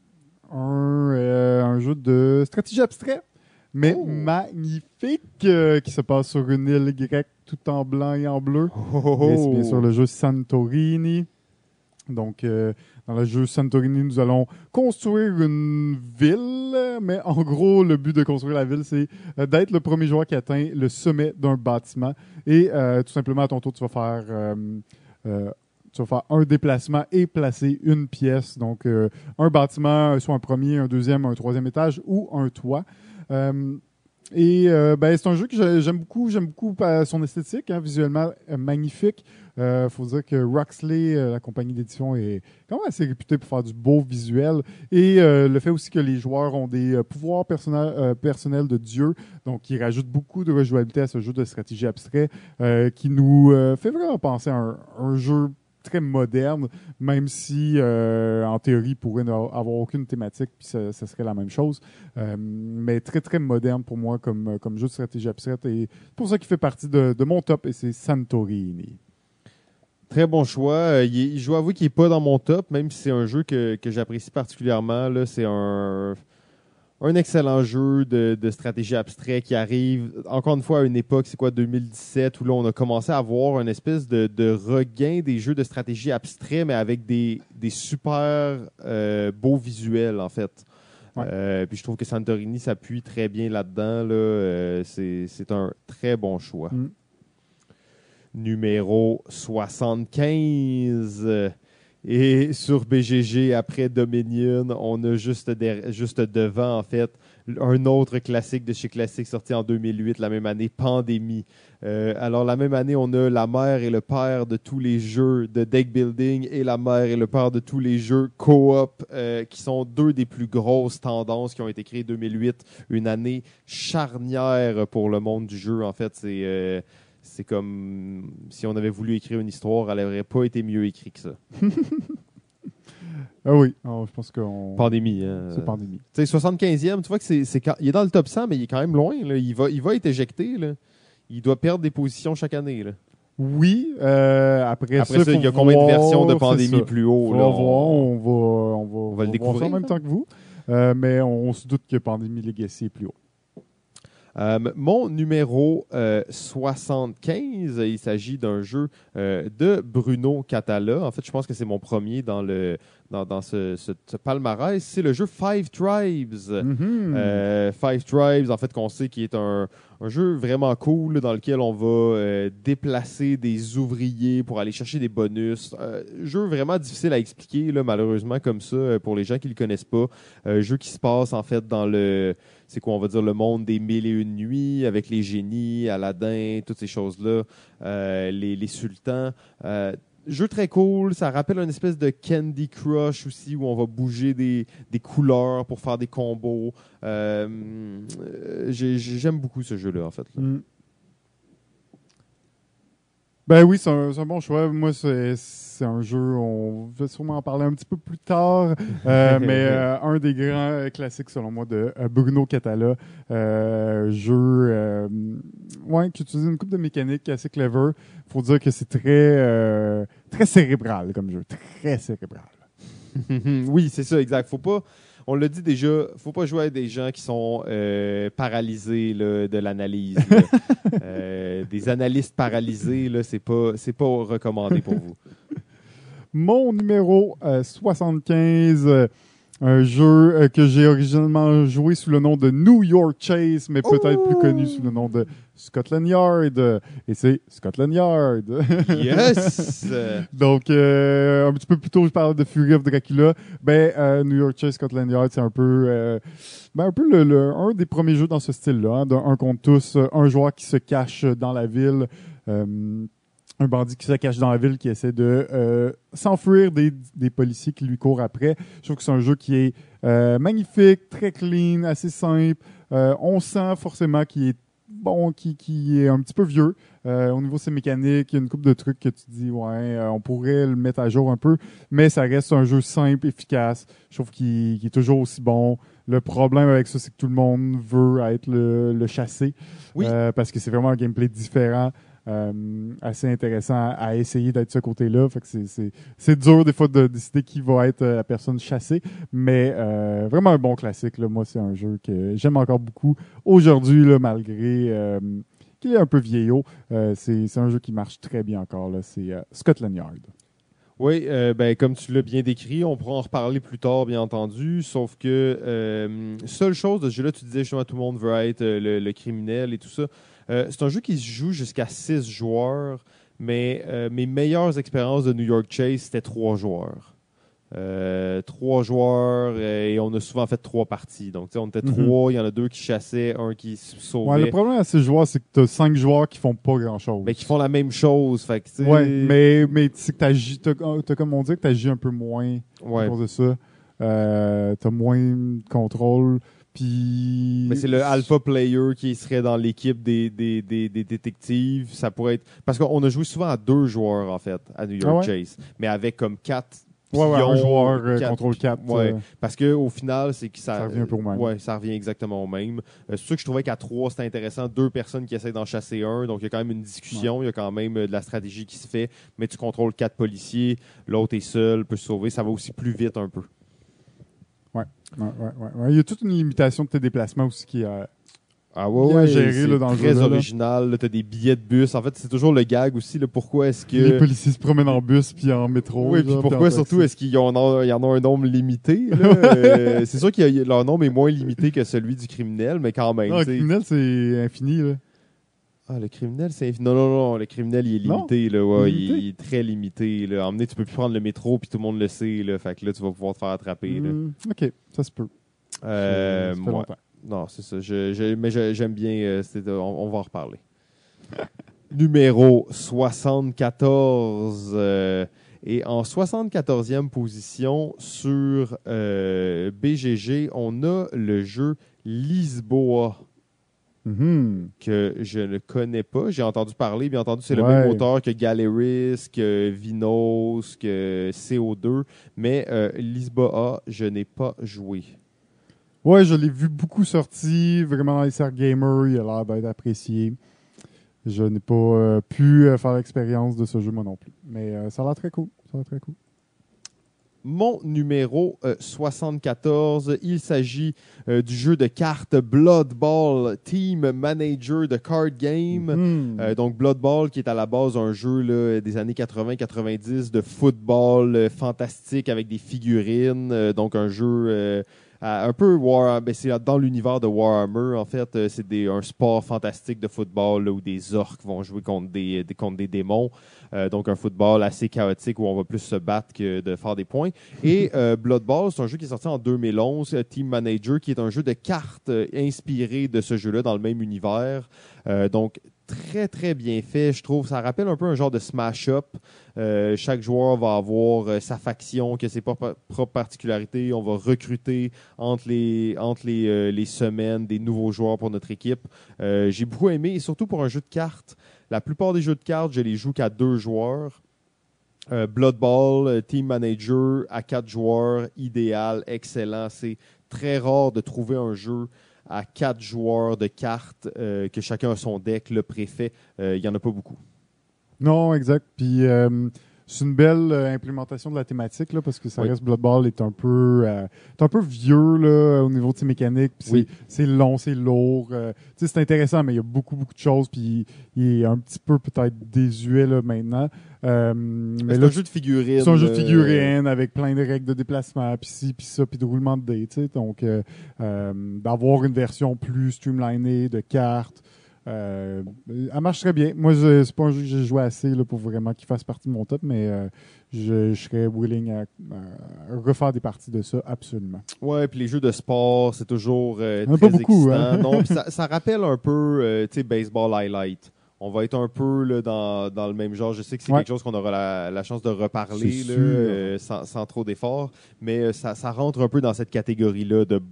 un jeu de stratégie abstrait, mais magnifique, qui se passe sur une île grecque tout en blanc et en bleu. Et c'est bien sûr le jeu Santorini. Donc, dans Dans le jeu Santorini, nous allons construire une ville, mais en gros, le but de construire la ville, c'est d'être le premier joueur qui atteint le sommet d'un bâtiment. Et tout simplement, à ton tour, tu vas faire un déplacement et placer une pièce. Donc, un bâtiment, soit un premier, un deuxième, un troisième étage ou un toit. C'est un jeu que j'aime beaucoup. J'aime beaucoup son esthétique, hein, visuellement magnifique. Faut dire que Roxley, la compagnie d'édition, est quand même assez réputée pour faire du beau visuel. Et le fait aussi que les joueurs ont des pouvoirs personnels de dieu, donc qui rajoute beaucoup de rejouabilité à ce jeu de stratégie abstrait, qui nous fait vraiment penser à un jeu très moderne, même si en théorie il pourrait n'avoir aucune thématique puis ça serait la même chose, mais très très moderne pour moi comme jeu de stratégie abstraite, et c'est pour ça qu'il fait partie de mon top, et c'est Santorini. Très bon choix. Je dois avouer qu'il n'est pas dans mon top, même si c'est un jeu que j'apprécie particulièrement. Là, c'est un excellent jeu de stratégie abstrait qui arrive, encore une fois, à une époque, c'est quoi, 2017, où là, on a commencé à avoir une espèce de regain des jeux de stratégie abstrait, mais avec des super beaux visuels, en fait. Ouais. Puis je trouve que Santorini s'appuie très bien là-dedans. Là. C'est un très bon choix. Numéro 75. Et sur BGG, après Dominion, on a juste devant, en fait, un autre classique de chez Classic sorti en 2008, la même année, Pandémie. Alors, la même année, on a la mère et le père de tous les jeux de deck building et la mère et le père de tous les jeux co-op, qui sont deux des plus grosses tendances qui ont été créées en 2008. Une année charnière pour le monde du jeu, en fait. C'est comme si on avait voulu écrire une histoire, elle n'aurait pas été mieux écrite que ça. Ah oui, je pense qu'on... Pandémie. Hein. C'est Pandémie. Tu sais, 75e, tu vois que il est dans le top 100, mais il est quand même loin. Là. Il va être éjecté. Là. Il doit perdre des positions chaque année. Là. Oui, après ça, il y a combien de versions de Pandémie plus haut? On là, va voir, on va le découvrir voir ça en même temps que vous. Mais on se doute que Pandémie Legacy est plus haut. Mon numéro 75, il s'agit d'un jeu de Bruno Catala. En fait, je pense que c'est mon premier dans ce palmarès. C'est le jeu Five Tribes. Five Tribes, en fait, qu'on sait qui est un jeu vraiment cool dans lequel on va déplacer des ouvriers pour aller chercher des bonus. Jeu vraiment difficile à expliquer, là, malheureusement, comme ça, pour les gens qui ne le connaissent pas. Jeu qui se passe, en fait, dans c'est quoi, on va dire, le monde des 1001 nuits, avec les génies, Aladdin, toutes ces choses-là, les sultans. Jeu très cool, ça rappelle une espèce de Candy Crush aussi, où on va bouger des couleurs pour faire des combos. J'aime beaucoup ce jeu-là, en fait. Là. Ben oui, c'est un bon choix. Moi, c'est un jeu, on va sûrement en parler un petit peu plus tard, mais un des grands classiques, selon moi, de Bruno Catala. Jeu qui utilise une coupe de mécanique assez clever. Il faut dire que c'est très, très cérébral comme jeu. Très cérébral. Oui, c'est ça, exact. On l'a dit déjà, faut pas jouer avec des gens qui sont paralysés là, de l'analyse. Des analystes paralysés, là, c'est pas recommandé pour vous. Mon numéro 75, un jeu que j'ai originalement joué sous le nom de New York Chase, mais peut-être plus connu sous le nom de Scotland Yard. Et c'est Scotland Yard. Yes! Donc, un petit peu plus tôt, je parlais de Fury of Dracula. New York Chase, Scotland Yard, c'est un peu un des premiers jeux dans ce style-là. Hein, d'un contre tous, un joueur qui se cache dans la ville. Un bandit qui se cache dans la ville, qui essaie de s'enfuir des policiers qui lui courent après. Je trouve que c'est un jeu qui est magnifique, très clean, assez simple. On sent forcément qu'il est bon, qui est un petit peu vieux. Au niveau de ses mécaniques, il y a une couple de trucs que tu dis, on pourrait le mettre à jour un peu, mais ça reste un jeu simple, efficace. Je trouve qu'il est toujours aussi bon. Le problème avec ça, c'est que tout le monde veut être le chassé, oui. Parce que c'est vraiment un gameplay différent. Assez intéressant à essayer d'être de ce côté-là. Fait que c'est dur des fois de décider qui va être la personne chassée, mais vraiment un bon classique. Là. Moi, c'est un jeu que j'aime encore beaucoup aujourd'hui, là, malgré qu'il est un peu vieillot. C'est un jeu qui marche très bien encore. Là. C'est Scotland Yard. Oui, ben, comme tu l'as bien décrit, on pourra en reparler plus tard, bien entendu. Sauf que, seule chose de ce jeu-là, tu disais justement tout le monde veut être le criminel et tout ça. C'est un jeu qui se joue jusqu'à 6 joueurs, mais mes meilleures expériences de New York Chase, c'était 3 joueurs. 3 joueurs et on a souvent fait 3 parties. Donc, tu sais, on était 3, il y en a 2 qui chassaient, un qui sauvait. Ouais, le problème à ces joueurs, c'est que tu as 5 joueurs qui font pas grand-chose. Mais qui font la même chose. Fait que, tu sais, ouais, mais c'est que t'as comme on dit que t'agis un peu moins à cause de ça. T'as moins de contrôle. Puis... Mais c'est le alpha player qui serait dans l'équipe des détectives. Ça pourrait être... Parce qu'on a joué souvent à 2 joueurs, en fait, à New York Chase. Mais avec comme 4 pions. Ouais, un joueur contrôle 4. Ouais, parce qu'au final, c'est que ça revient un peu au même. Ouais, ça revient exactement au même. C'est sûr que je trouvais qu'à 3, c'était intéressant. 2 personnes qui essaient d'en chasser un. Donc, il y a quand même une discussion. Il y a quand même de la stratégie qui se fait. Mais tu contrôles 4 policiers. L'autre est seul, peut se sauver. Ça va aussi plus vite un peu. Ouais. Il y a toute une limitation de tes déplacements aussi qui est bien gérée c'est là, dans très le jeu. original. Tu as des billets de bus. En fait, c'est toujours le gag aussi. Là, pourquoi est-ce que... Les policiers se promènent en bus puis en métro. Oui, puis pourquoi surtout est-ce qu'il y en a un nombre limité? Là? C'est sûr que leur nombre est moins limité que celui du criminel, mais quand même. Non, le criminel, c'est infini. Là. Ah, le criminel, c'est infini. Non, le criminel, il est limité. Là, ouais, il est très limité. Là. Emmener, tu peux plus prendre le métro, puis tout le monde le sait. Là, fait que là, tu vas pouvoir te faire attraper. Là. OK, ça se peut. Ça fait longtemps. Non, c'est ça. Mais j'aime bien. On va en reparler. Numéro 74. Et en 74e position sur BGG, on a le jeu Lisboa. Que je ne connais pas. J'ai entendu parler. Bien entendu, c'est le même auteur que Galeris, que Vinos, que CO2. Mais Lisboa, je n'ai pas joué. Ouais, je l'ai vu beaucoup sorti, vraiment dans les cercles gamers, il a l'air d'être apprécié. Je n'ai pas pu faire l'expérience de ce jeu moi non plus. Mais ça a l'air très cool. Mon numéro 74, il s'agit du jeu de cartes Blood Ball Team Manager de Card Game. Donc Blood Ball qui est à la base un jeu là, des années 80-90 de football fantastique avec des figurines. Donc un jeu... un peu c'est dans l'univers de Warhammer, en fait. C'est un sport fantastique de football là, où des orques vont jouer contre des démons. Donc un football assez chaotique où on va plus se battre que de faire des points. Et Blood Ball, c'est un jeu qui est sorti en 2011, Team Manager, qui est un jeu de cartes inspiré de ce jeu-là dans le même univers. Donc très, très bien fait, je trouve. Ça rappelle un peu un genre de smash-up. Chaque joueur va avoir sa faction, qui a ses propres particularités. On va recruter entre les semaines des nouveaux joueurs pour notre équipe. J'ai beaucoup aimé, et surtout pour un jeu de cartes. La plupart des jeux de cartes, je les joue qu'à 2 joueurs. Blood Ball, Team Manager, à 4 joueurs, idéal, excellent. C'est très rare de trouver un jeu à 4 joueurs de cartes, que chacun a son deck, le préfet. Il n'y en a pas beaucoup. Non, exact. Puis c'est une belle implémentation de la thématique là, parce que ça reste Blood Ball est un peu vieux là, au niveau de ses mécaniques. Puis c'est long, c'est lourd. C'est intéressant, mais il y a beaucoup de choses. Puis il est un petit peu peut-être désuet là, maintenant. Mais c'est un jeu de figurines. C'est un jeu de figurines avec plein de règles de déplacement, puis ci, puis ça, puis de roulement de dés. Donc, d'avoir une version plus streamlinée de cartes, elle marche très bien. Moi, c'est pas un jeu que j'ai joué assez là, pour vraiment qu'il fasse partie de mon top, mais je serais willing à refaire des parties de ça, absolument. Ouais, puis les jeux de sport, c'est toujours très pas beaucoup, excitant. hein? Non, ça rappelle un peu, tu sais, baseball highlight. On va être un peu là, dans le même genre. Je sais que c'est quelque chose qu'on aura la chance de reparler là, sans trop d'efforts, mais ça rentre un peu dans cette catégorie-là de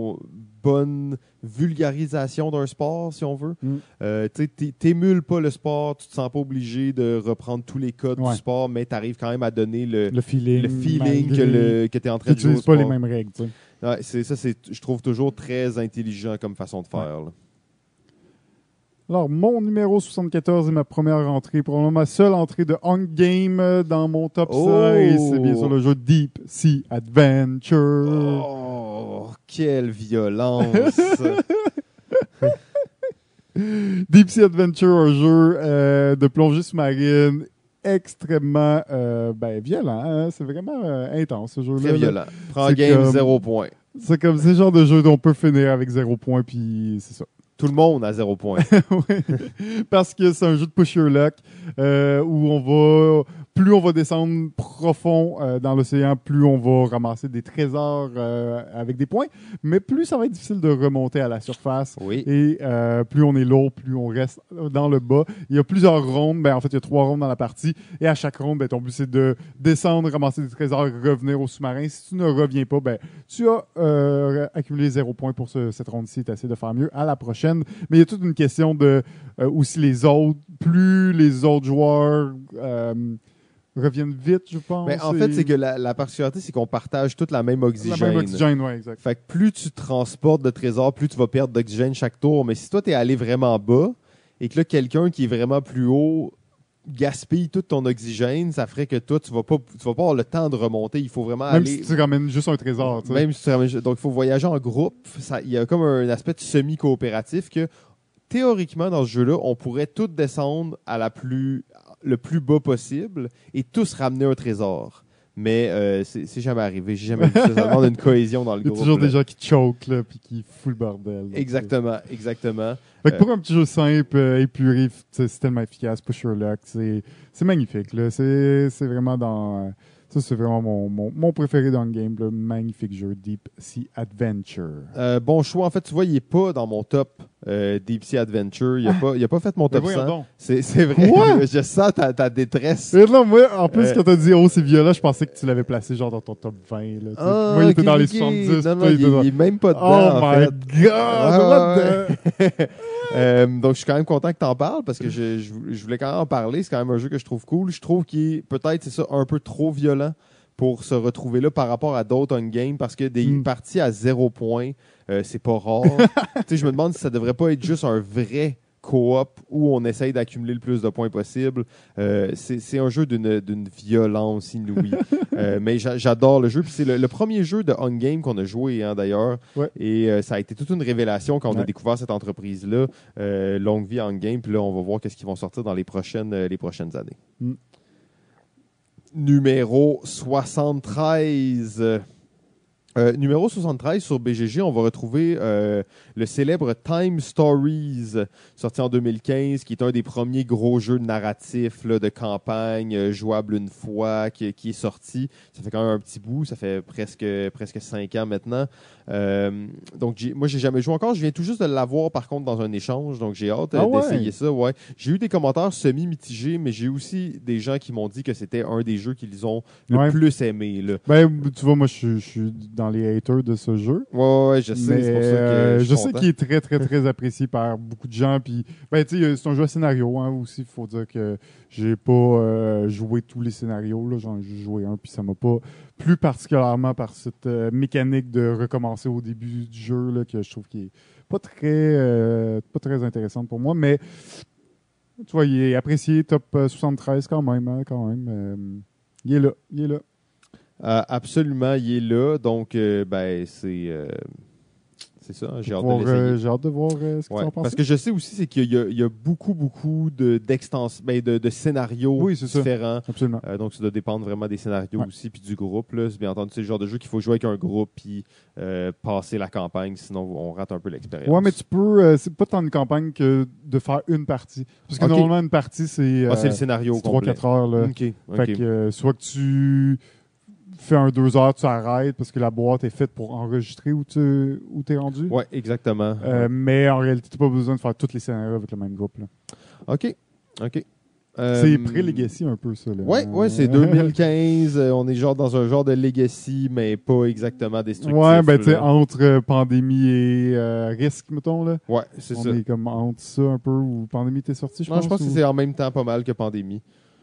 bonne vulgarisation d'un sport, si on veut. T'émules pas le sport, tu te sens pas obligé de reprendre tous les codes du sport, mais tu arrives quand même à donner le feeling que tu es en train de jouer. Tu n'utilises pas les mêmes règles. Ouais, je trouve toujours très intelligent comme façon de faire. Là. Alors, mon numéro 74 est ma première entrée, probablement ma seule entrée de Hunger Game dans mon top 5. C'est bien sûr le jeu Deep Sea Adventure. Oh, quelle violence! Deep Sea Adventure, un jeu de plongée sous-marine extrêmement violent. Hein? C'est vraiment intense, ce jeu-là. Très violent. Prends C'est game, comme- 0 point. C'est comme ce genre de jeu dont on peut finir avec 0 point, puis c'est ça. Tout le monde a 0 point. Ouais. Parce que c'est un jeu de push your luck où plus on va descendre profond dans l'océan, plus on va ramasser des trésors avec des points, mais plus ça va être difficile de remonter à la surface. Oui. Et plus on est lourd, plus on reste dans le bas. Il y a plusieurs rondes. En fait, il y a 3 rondes dans la partie. Et à chaque ronde, ton but, c'est de descendre, ramasser des trésors, revenir au sous-marin. Si tu ne reviens pas, tu as accumulé 0 points pour cette ronde-ci. Tu essaies de faire mieux à la prochaine. Mais il y a toute une question de aussi plus les autres joueurs reviennent vite, je pense. Mais en fait, c'est que la particularité, c'est qu'on partage toute la même oxygène. La même oxygène, oui, exact. Fait que plus tu transportes de trésors, plus tu vas perdre d'oxygène chaque tour. Mais si toi, tu es allé vraiment bas et que là, quelqu'un qui est vraiment plus haut gaspille tout ton oxygène, ça ferait que toi, tu vas pas avoir le temps de remonter. Il faut vraiment Même aller... si tu ramènes juste un trésor. Tu sais. Même si tu ramènes... Donc, il faut voyager en groupe. Il y a comme un aspect de semi-coopératif que, théoriquement, dans ce jeu-là, on pourrait tous descendre le plus bas possible et tous ramener un trésor. Mais c'est jamais arrivé. J'ai jamais vu ça. Ça demande une cohésion dans le Il y a groupe. toujours là. des gens qui choke là, puis qui foutent le bordel. Là, Exactement. Fait que pour un petit jeu simple, épuré, c'est tellement efficace. Push your luck, c'est magnifique. Là. C'est vraiment dans... ça, c'est vraiment mon préféré dans le game. Là. Magnifique jeu, Deep Sea Adventure. Bon choix. En fait, tu vois, il n'est pas dans mon top Deep Sea Adventure. Il n'a pas fait mon top 100. C'est vrai. Quoi? Je sens ta détresse. Et là, moi, en plus, quand t'as dit « Oh, c'est violent », je pensais que tu l'avais placé genre dans ton top 20. Là, tu sais. Moi, il était dans les 70. Non, toi, il est même pas dedans, Oh en my fait. God! What the... Donc, je suis quand même content que tu en parles parce que je voulais quand même en parler. C'est quand même un jeu que je trouve cool. Je trouve qu'il est peut-être, c'est ça, un peu trop violent pour se retrouver là par rapport à d'autres on-game parce que des parties à 0 point, c'est pas rare. Tu sais, je me demande si ça devrait pas être juste un vrai coop où on essaye d'accumuler le plus de points possible. C'est un jeu d'une violence inouïe. Mais j'adore le jeu. Puis c'est le premier jeu de On Game qu'on a joué, hein, d'ailleurs. Ouais. Et ça a été toute une révélation quand on a découvert cette entreprise-là. Longue vie à On Game. Puis là, on va voir qu'est-ce qu'ils vont sortir dans les prochaines années. Numéro 73. Numéro 73 sur BGG, on va retrouver le célèbre Time Stories, sorti en 2015, qui est un des premiers gros jeux narratifs là, de campagne, jouable une fois, qui est sorti. Ça fait quand même un petit bout, ça fait presque 5 ans maintenant. Donc, moi, j'ai jamais joué encore. Je viens tout juste de l'avoir, par contre, dans un échange, donc j'ai hâte d'essayer ça. Ouais. J'ai eu des commentaires semi-mitigés, mais j'ai aussi des gens qui m'ont dit que c'était un des jeux qu'ils ont le plus aimé. Là. Tu vois, moi, je suis dans les haters de ce jeu. Ouais, je sais. C'est pour ça que je sais qu'il est très, très, très apprécié par beaucoup de gens. Puis, c'est un jeu à scénario hein, aussi. Il faut dire que j'ai pas joué tous les scénarios. Là. J'en ai juste joué un, puis ça m'a pas plu particulièrement par cette mécanique de recommencer au début du jeu là, que je trouve qui est pas très intéressante pour moi. Mais tu vois, il est apprécié, top 73 quand même. Hein, quand même. Il est là. Absolument, il est là. Donc, c'est ça. J'ai hâte de l'essayer. J'ai hâte de voir ce que tu en penses. Parce que je sais aussi c'est qu'il y a beaucoup d'extensions, de scénarios différents. Absolument. Donc, ça doit dépendre vraiment des scénarios aussi puis du groupe. Là. Bien entendu, c'est le genre de jeu qu'il faut jouer avec un groupe puis passer la campagne, sinon on rate un peu l'expérience. Ouais, mais tu peux. C'est pas tant une campagne que de faire une partie. Parce que normalement, une partie, c'est. C'est le scénario. 3-4 heures. Là. Fait que soit que tu fais un 2 heures, tu arrêtes parce que la boîte est faite pour enregistrer où t'es rendu. Oui, exactement. Mais en réalité, tu n'as pas besoin de faire tous les scénarios avec le même groupe. Là. OK. C'est pré-Legacy un peu, ça. Oui, c'est 2015. On est genre dans un genre de Legacy, mais pas exactement destructif. Ouais, tu sais, entre pandémie et risque, mettons. Là. Ouais, c'est ça. On est comme entre ça un peu, où pandémie était sortie, je pense. Je pense que c'est en même temps pas mal que pandémie.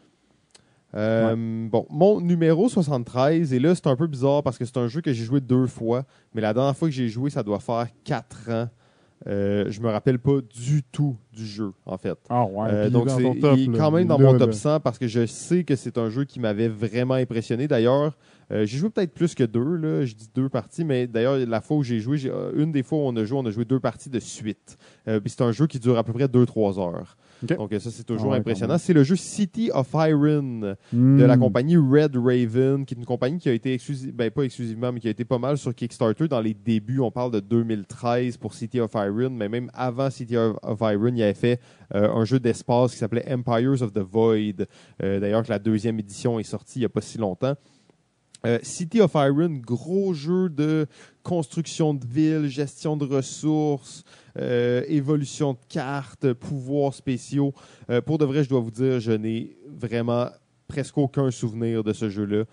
Bon, mon numéro 73, et là, c'est un peu bizarre parce que c'est un jeu que j'ai joué 2 fois, mais la dernière fois que j'ai joué, ça doit faire 4 ans. Je me rappelle pas du tout du jeu, en fait. Ah ouais, donc, il est quand même dans mon top 100 parce que je sais que c'est un jeu qui m'avait vraiment impressionné. D'ailleurs, j'ai joué peut-être plus que 2, là. Je dis 2 parties, mais d'ailleurs, la fois où j'ai joué, une des fois où on a joué 2 parties de suite. Puis c'est un jeu qui dure à peu près 2-3 heures. OK. Donc ça, c'est toujours Ouais, impressionnant. quand même. C'est le jeu City of Iron de la compagnie Red Raven, qui est une compagnie qui a été pas exclusivement, mais qui a été pas mal sur Kickstarter dans les débuts. On parle de 2013 pour City of Iron, mais même avant City of Iron, il avait fait un jeu d'espace qui s'appelait Empires of the Void. D'ailleurs, que la deuxième édition est sortie il n'y a pas si longtemps. City of Iron, gros jeu de construction de ville, gestion de ressources, évolution de cartes, pouvoirs spéciaux. Pour de vrai, je dois vous dire, je n'ai vraiment presque aucun souvenir de ce jeu-là.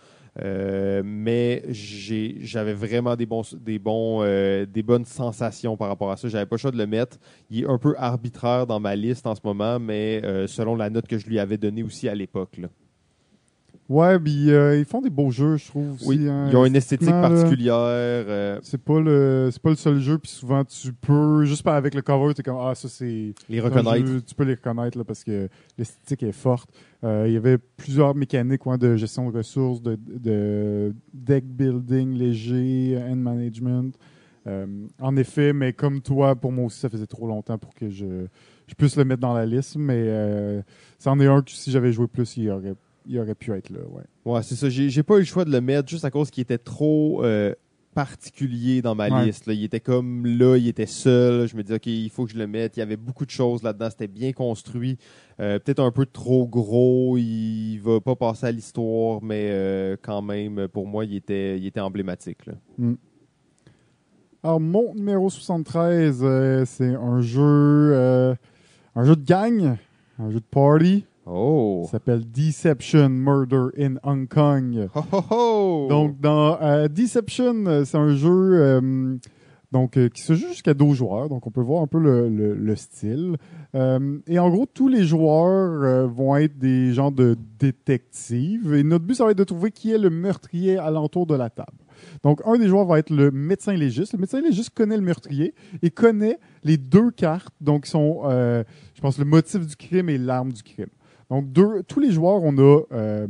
Mais j'avais vraiment des bonnes sensations par rapport à ça. J'avais pas le choix de le mettre. Il est un peu arbitraire dans ma liste en ce moment, mais selon la note que je lui avais donnée aussi à l'époque, là. Ouais, puis ils font des beaux jeux, je trouve aussi. Oui, Hein, ils ont une esthétique esthétiquement, là. particulière. C'est pas le seul jeu, puis souvent tu peux juste avec le cover, t'es comme ça c'est Les un reconnaître. jeu, tu peux les reconnaître là, parce que l'esthétique est forte. Il y avait plusieurs mécaniques de gestion de ressources, de deck building léger, hand management. En effet, mais comme toi, pour moi aussi, ça faisait trop longtemps pour que je puisse le mettre dans la liste, mais c'en est un que si j'avais joué plus, il aurait pu être là, ouais. Ouais, c'est ça. J'ai pas eu le choix de le mettre juste à cause qu'il était trop particulier dans ma liste, là. Il était comme là, il était seul. Je me disais, OK, il faut que je le mette. Il y avait beaucoup de choses là-dedans. C'était bien construit. Peut-être un peu trop gros. Il va pas passer à l'histoire, mais quand même, pour moi, il était emblématique, là. Alors, mon numéro 73, c'est un jeu de gang, un jeu de party. Oh! Ça s'appelle Deception Murder in Hong Kong. Ho, ho, ho! Donc, dans Deception, c'est un jeu qui se joue jusqu'à 12 joueurs. Donc, on peut voir un peu le style. Et en gros, tous les joueurs vont être des genres de détectives. Et notre but, ça va être de trouver qui est le meurtrier alentour de la table. Donc, un des joueurs va être le médecin légiste. Le médecin légiste connaît le meurtrier et connaît les deux cartes, donc qui sont, je pense, le motif du crime et l'arme du crime. Donc, tous les joueurs, on a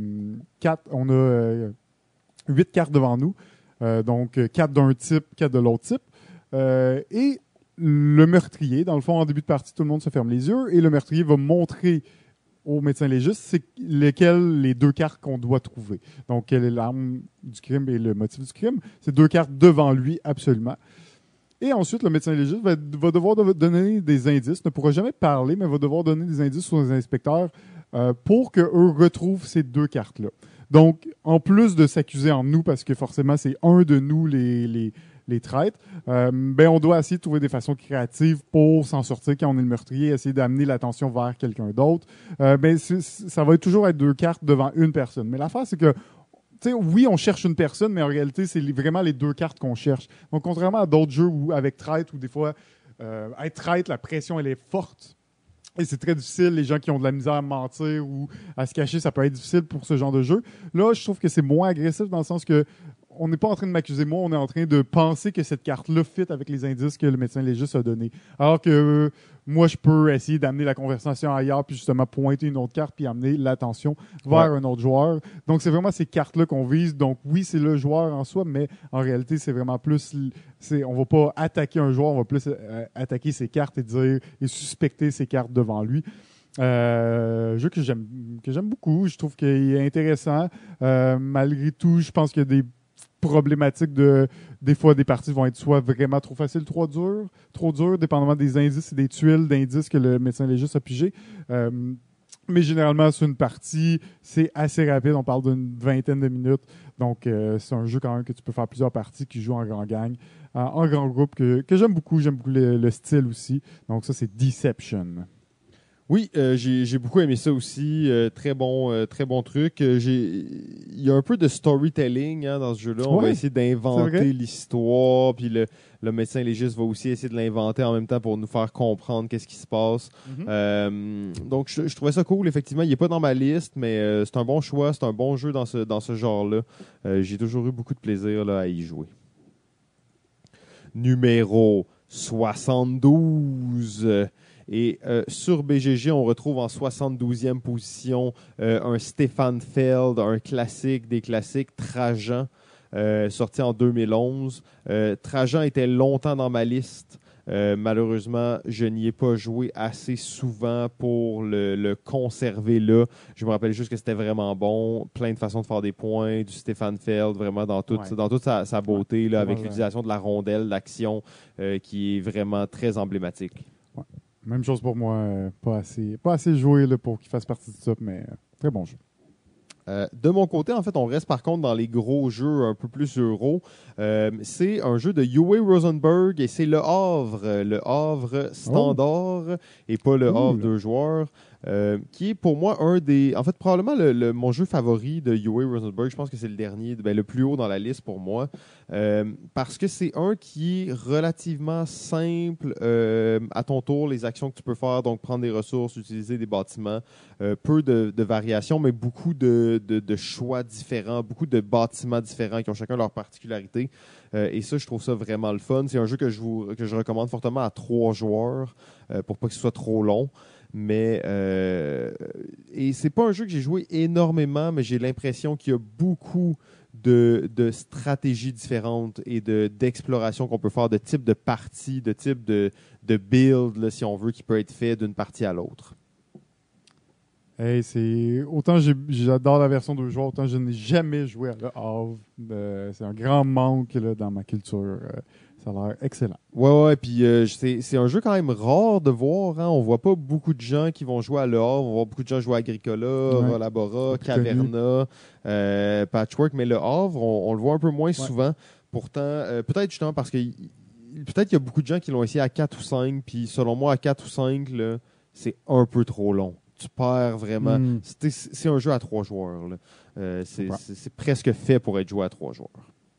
8 cartes devant nous. Donc, 4 d'un type, 4 de l'autre type. Et le meurtrier, dans le fond, en début de partie, tout le monde se ferme les yeux et le meurtrier va montrer au médecin légiste c'est lesquelles les deux cartes qu'on doit trouver. Donc, quelle est l'arme du crime et le motif du crime. C'est 2 cartes devant lui, absolument. Et ensuite, le médecin légiste va devoir donner des indices, ne pourra jamais parler, mais va devoir donner des indices aux inspecteurs pour qu'eux retrouvent ces 2 cartes-là. Donc, en plus de s'accuser en nous, parce que forcément, c'est un de nous les traîtres, on doit essayer de trouver des façons créatives pour s'en sortir quand on est le meurtrier, essayer d'amener l'attention vers quelqu'un d'autre. Ça va toujours être 2 cartes devant une personne. Mais l'affaire, c'est que oui, on cherche une personne, mais en réalité, c'est vraiment les 2 cartes qu'on cherche. Donc, contrairement à d'autres jeux où, avec traître, où des fois, être traître, la pression, elle est forte. Et c'est très difficile, les gens qui ont de la misère à mentir ou à se cacher, ça peut être difficile pour ce genre de jeu. Là, je trouve que c'est moins agressif dans le sens que on n'est pas en train de m'accuser moi, on est en train de penser que cette carte-là fit avec les indices que le médecin légiste a donnés. Alors que moi, je peux essayer d'amener la conversation ailleurs, puis justement pointer une autre carte, puis amener l'attention vers un autre joueur. Donc, c'est vraiment ces cartes-là qu'on vise. Donc, oui, c'est le joueur en soi, mais en réalité, c'est vraiment plus... on va pas attaquer un joueur, on va plus attaquer ses cartes et suspecter ses cartes devant lui. Jeu que j'aime beaucoup. Je trouve qu'il est intéressant. Malgré tout, je pense qu'il y a des problématiques des fois des parties vont être soit vraiment trop faciles, trop dur, dépendamment des indices et des tuiles d'indices que le médecin légiste a pigé. Mais généralement, sur une partie, c'est assez rapide. On parle d'une 20aine de minutes. Donc, c'est un jeu quand même que tu peux faire plusieurs parties qui jouent en grand gang, en grand groupe, que j'aime beaucoup. J'aime beaucoup le style aussi. Donc, ça, c'est Deception. Oui, j'ai beaucoup aimé ça aussi. Très bon truc. Il y a un peu de storytelling dans ce jeu-là. On va essayer d'inventer l'histoire, puis le médecin légiste va aussi essayer de l'inventer en même temps pour nous faire comprendre qu'est-ce qui se passe. Donc, je trouvais ça cool. Effectivement, il n'est pas dans ma liste, mais c'est un bon choix. C'est un bon jeu dans ce genre-là. J'ai toujours eu beaucoup de plaisir à y jouer. Numéro 72. Et sur BGG, on retrouve en 72e position un Stefan Feld, un classique des classiques, Trajan, sorti en 2011. Trajan était longtemps dans ma liste. Malheureusement, je n'y ai pas joué assez souvent pour le conserver là. Je me rappelle juste que c'était vraiment bon. Plein de façons de faire des points, du Stefan Feld, vraiment dans toute sa beauté, là, avec l'utilisation de la rondelle, l'action, qui est vraiment très emblématique. Ouais. Même chose pour moi. Pas assez joué là, pour qu'il fasse partie de ça, mais très bon jeu. De mon côté, en fait, on reste par contre dans les gros jeux un peu plus euro. C'est un jeu de Uwe Rosenberg et c'est Le Havre standard et pas le Havre 2 joueurs. Qui est pour moi en fait, probablement mon jeu favori de Uwe Rosenberg. Je pense que c'est le dernier, le plus haut dans la liste pour moi. Parce que c'est un qui est relativement simple à ton tour, les actions que tu peux faire, donc prendre des ressources, utiliser des bâtiments, peu de variations, mais beaucoup de choix différents, beaucoup de bâtiments différents qui ont chacun leur particularité. Et ça, je trouve ça vraiment le fun. C'est un jeu que je recommande fortement à 3 joueurs pour pas que ce soit trop long. Mais et c'est pas un jeu que j'ai joué énormément, mais j'ai l'impression qu'il y a beaucoup de stratégies différentes et d'exploration qu'on peut faire, de type de partie, de type de build, là, si on veut, qui peut être fait d'une partie à l'autre. Hey, autant j'adore la version 2 joueurs, autant je n'ai jamais joué à Le Havre. C'est un grand manque là, dans ma culture. Ça a l'air excellent. Ouais, puis c'est un jeu quand même rare de voir. Hein. On voit pas beaucoup de gens qui vont jouer à Le Havre. On voit beaucoup de gens jouer à Agricola, Rolabora, Caverna, Patchwork, mais Le Havre, on le voit un peu moins souvent. Pourtant, peut-être justement parce que peut-être qu'il y a beaucoup de gens qui l'ont essayé à 4 ou 5, puis selon moi, à 4 ou 5, là, c'est un peu trop long. Tu perds vraiment. C'est un jeu à 3 joueurs. Là. C'est presque fait pour être joué à 3 joueurs.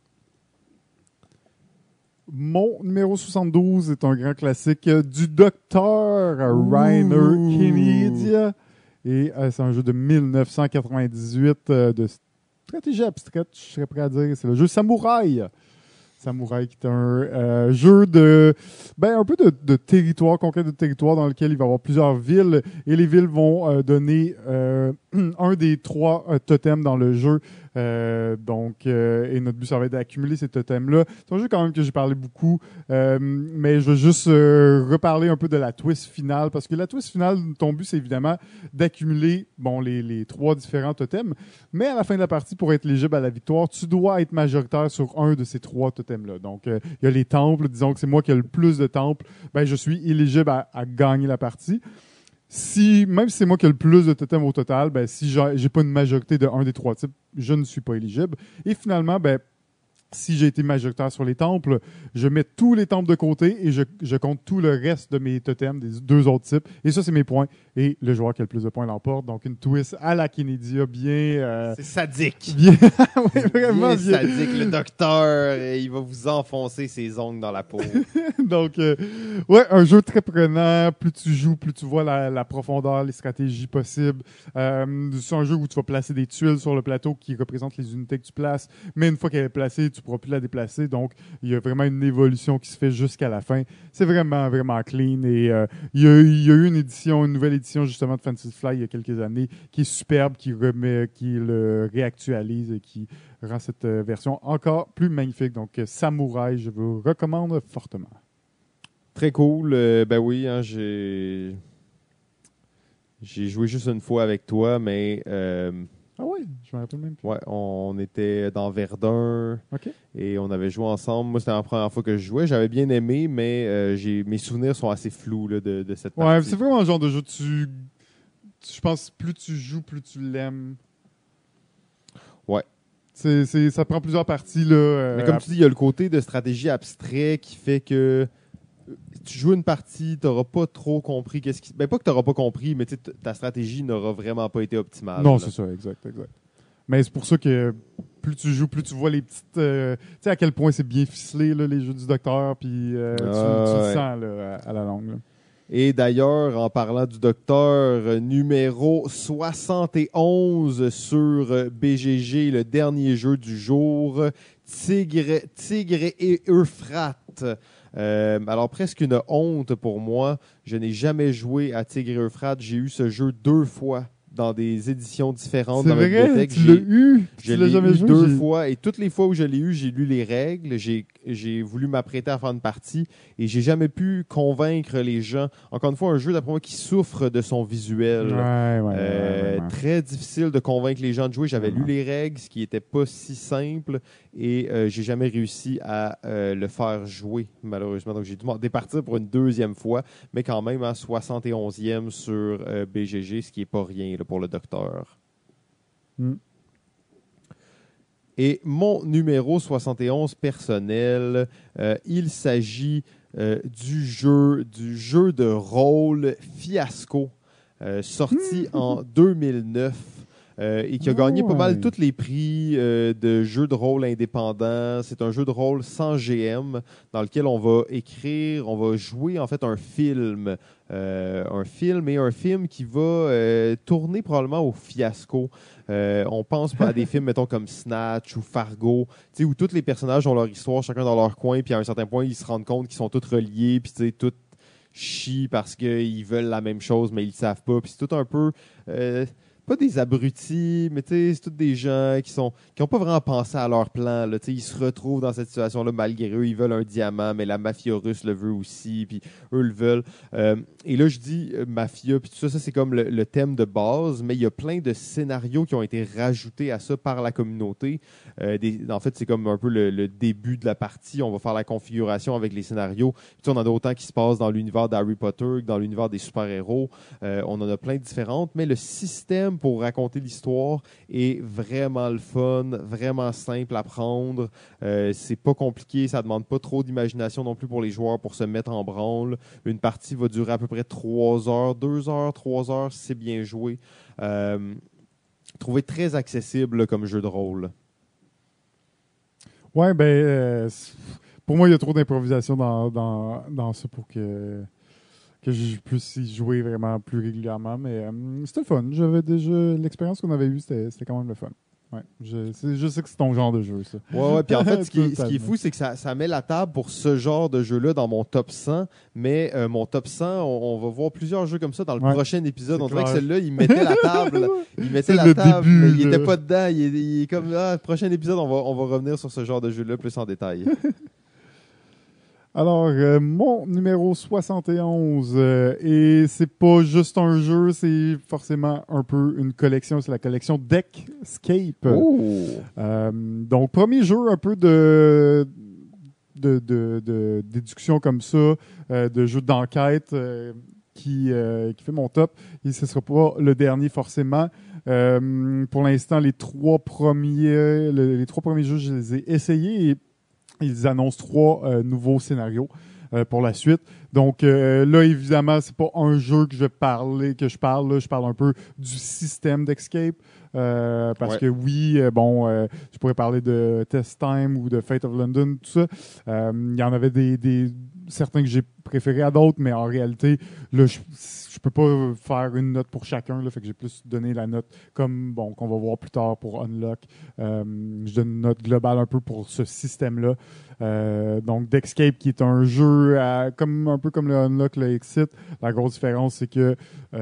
Mon numéro 72 est un grand classique du docteur Rainer Knizia. Et c'est un jeu de 1998 de stratégie abstraite, je serais prêt à dire. C'est le jeu Samouraï. Samouraï, qui est un jeu un peu de territoire, conquête de territoire, dans lequel il va y avoir plusieurs villes et les villes vont donner un des 3 totems dans le jeu. Et notre but, ça va être d'accumuler ces totems-là. C'est un jeu quand même que j'ai parlé beaucoup, mais je veux juste reparler un peu de la twist finale, parce que la twist finale, ton but, c'est évidemment d'accumuler les 3 différents totems, mais à la fin de la partie, pour être éligible à la victoire, tu dois être majoritaire sur un de ces 3 totems-là. Donc, il y a les temples, disons que c'est moi qui ai le plus de temples, je suis éligible à gagner la partie. Même si c'est moi qui ai le plus de totems au total, si j'ai pas une majorité de un des 3 types, je ne suis pas éligible. Et finalement, si j'ai été majoritaire sur les temples, je mets tous les temples de côté et je compte tout le reste de mes totems des 2 autres types. Et ça, c'est mes points. Et le joueur qui a le plus de points l'emporte. Donc, une twist à la Knizia bien... c'est sadique. Bien, ouais, vraiment bien. Sadique. Le docteur, il va vous enfoncer ses ongles dans la peau. Donc, un jeu très prenant. Plus tu joues, plus tu vois la profondeur, les stratégies possibles. C'est un jeu où tu vas placer des tuiles sur le plateau qui représentent les unités que tu places. Mais une fois qu'elle est placée, tu ne pourras plus la déplacer. Donc, il y a vraiment une évolution qui se fait jusqu'à la fin. C'est vraiment, vraiment clean. Et il y a eu une nouvelle édition justement de Fantasy Flight il y a quelques années qui est superbe, qui le réactualise et qui rend cette version encore plus magnifique. Donc, Samouraï, je vous recommande fortement. Très cool. Oui, hein, j'ai joué juste une fois avec toi, mais... Ah oui, je me rappelle même plus. Ouais, on était dans Verdun et on avait joué ensemble. Moi, c'était la première fois que je jouais. J'avais bien aimé, mais mes souvenirs sont assez flous là, de cette partie. Ouais, c'est vraiment le genre de jeu je pense plus tu joues, plus tu l'aimes. Ouais. Ça prend plusieurs parties. Là, mais comme tu dis, il y a le côté de stratégie abstrait qui fait que tu joues une partie, tu n'auras pas trop compris pas que tu n'auras pas compris, mais ta stratégie n'aura vraiment pas été optimale. Non, là. c'est ça, exact. Mais c'est pour ça que plus tu joues, plus tu vois les petites... tu sais à quel point c'est bien ficelé, là, les jeux du docteur, puis tu le sens là, à la longue. Là. Et d'ailleurs, en parlant du docteur, numéro 71 sur BGG, le dernier jeu du jour, Tigre et Euphrate. Alors, presque une honte pour moi. Je n'ai jamais joué à Tigre et Euphrate. J'ai eu ce jeu 2 fois dans des éditions différentes C'est dans ma vrai, bibliothèque. tu l'as eu. Je Tu l'as l'ai jamais eu joué. 2 fois et toutes les fois où je l'ai eu, j'ai lu les règles, j'ai voulu m'apprêter à faire une partie et j'ai jamais pu convaincre les gens. Encore une fois, un jeu d'après moi qui souffre de son visuel. Ouais. Très difficile de convaincre les gens de jouer. J'avais lu Vraiment. les règles, ce qui n'était pas si simple et j'ai jamais réussi à le faire jouer malheureusement. Donc j'ai dû m'en départir pour une 2e fois, mais quand même à 71e sur BGG, ce qui n'est pas rien là, pour le docteur. Mm. Et mon numéro 71 personnel, il s'agit du jeu de rôle Fiasco, sorti en 2009 et qui a gagné pas mal tous les prix de jeux de rôle indépendants. C'est un jeu de rôle sans GM dans lequel on va jouer en fait un film qui va tourner probablement au fiasco. On pense pas à des films, mettons, comme Snatch ou Fargo, où tous les personnages ont leur histoire, chacun dans leur coin, puis à un certain point, ils se rendent compte qu'ils sont tous reliés, puis tous chient parce qu'ils veulent la même chose, mais ils le savent pas. Puis c'est tout un peu... pas des abrutis, mais c'est tous des gens qui ont pas vraiment pensé à leur plan. Là, ils se retrouvent dans cette situation-là malgré eux. Ils veulent un diamant, mais la mafia russe le veut aussi, puis eux le veulent. Et là, je dis mafia, puis tout ça c'est comme le thème de base, mais il y a plein de scénarios qui ont été rajoutés à ça par la communauté. En fait, c'est comme un peu le début de la partie. On va faire la configuration avec les scénarios. Puis on en a autant qui se passent dans l'univers d'Harry Potter que dans l'univers des super-héros. On en a plein de différentes, mais le système pour raconter l'histoire est vraiment le fun, vraiment simple à prendre. C'est pas compliqué, ça demande pas trop d'imagination non plus pour les joueurs pour se mettre en branle. Une partie va durer à peu près 3 heures, 2 heures, 3 heures si c'est bien joué. Trouvé très accessible là, comme jeu de rôle. Ouais, pour moi, il y a trop d'improvisation dans ça pour que je puisse y jouer vraiment plus régulièrement. Mais c'était le fun. J'avais déjà l'expérience qu'on avait eue, c'était quand même le fun. Ouais, je sais que c'est ton genre de jeu, ça. Ouais. Puis en fait, ce qui est fou, c'est que ça met la table pour ce genre de jeu-là dans mon top 100. Mais mon top 100, on va voir plusieurs jeux comme ça dans le prochain épisode. On dirait que celui-là, il mettait la table. Début, mais il n'était pas dedans. Il est comme, prochain épisode, on va revenir sur ce genre de jeu-là plus en détail. Alors, mon numéro 71, et c'est pas juste un jeu, c'est forcément un peu une collection, c'est la collection Deckscape. Donc, premier jeu un peu de déduction comme ça, de jeu d'enquête qui fait mon top. Et ce ne sera pas le dernier forcément. Pour l'instant, les trois premiers jeux, je les ai essayés et ils annoncent 3 nouveaux scénarios pour la suite. Donc là, évidemment, c'est pas un jeu que je parle. Là, je parle un peu du système d'Escape. Parce que oui, je pourrais parler de Test Time ou de Fate of London, tout ça. Il y en avait certains que j'ai préférés à d'autres, mais en réalité, là, je peux pas faire une note pour chacun. Là, fait que j'ai plus donné la note comme qu'on va voir plus tard pour Unlock. Je donne une note globale un peu pour ce système-là. Donc, Deckscape, qui est un jeu un peu comme le Unlock, le Exit. La grosse différence, c'est que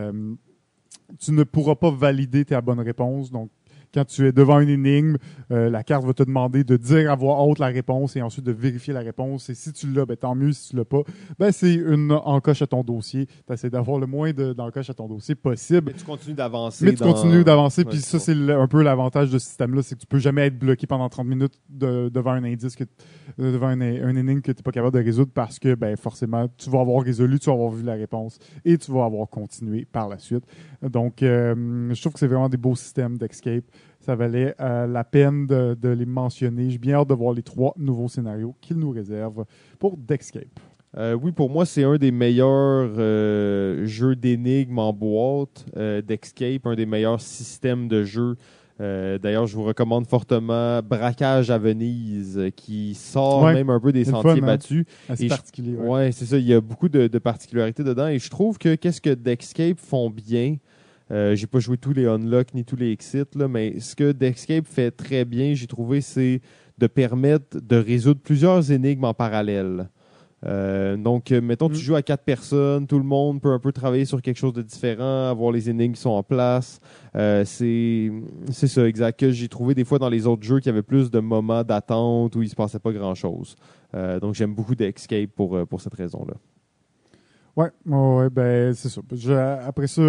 tu ne pourras pas valider ta bonne réponse. Donc, quand tu es devant une énigme, la carte va te demander de dire à voix haute la réponse et ensuite de vérifier la réponse. Et si tu l'as, tant mieux. Si tu l'as pas, c'est une encoche à ton dossier. Tu essaies d'avoir le moins d'encoches à ton dossier possible. Mais tu continues d'avancer. Puis ça, c'est un peu l'avantage de ce système-là, c'est que tu peux jamais être bloqué pendant 30 minutes devant un indice, devant un énigme que tu n'es pas capable de résoudre parce que forcément, tu vas avoir résolu, tu vas avoir vu la réponse et tu vas avoir continué par la suite. Donc, je trouve que c'est vraiment des beaux systèmes d'Escape. Ça valait la peine de les mentionner. J'ai bien hâte de voir les 3 nouveaux scénarios qu'ils nous réservent pour Deckscape. Oui, pour moi, c'est un des meilleurs jeux d'énigmes en boîte d'Escape, un des meilleurs systèmes de jeu. D'ailleurs, je vous recommande fortement Braquage à Venise, qui sort même un peu des sentiers battus. C'est particulier. Ouais, c'est ça. Il y a beaucoup de particularités dedans. Et je trouve que qu'est-ce que Deckscape font bien, j'ai pas joué tous les Unlock ni tous les Exit, là, mais ce que Deckscape fait très bien, j'ai trouvé, c'est de permettre de résoudre plusieurs énigmes en parallèle. Donc, mettons, tu joues à 4 personnes, tout le monde peut un peu travailler sur quelque chose de différent, avoir les énigmes qui sont en place. C'est ça, exact, que j'ai trouvé des fois dans les autres jeux qu'il y avait plus de moments d'attente où il se passait pas grand-chose. Donc, j'aime beaucoup d'Escape pour cette raison-là. Ouais, ben c'est ça. Après ça,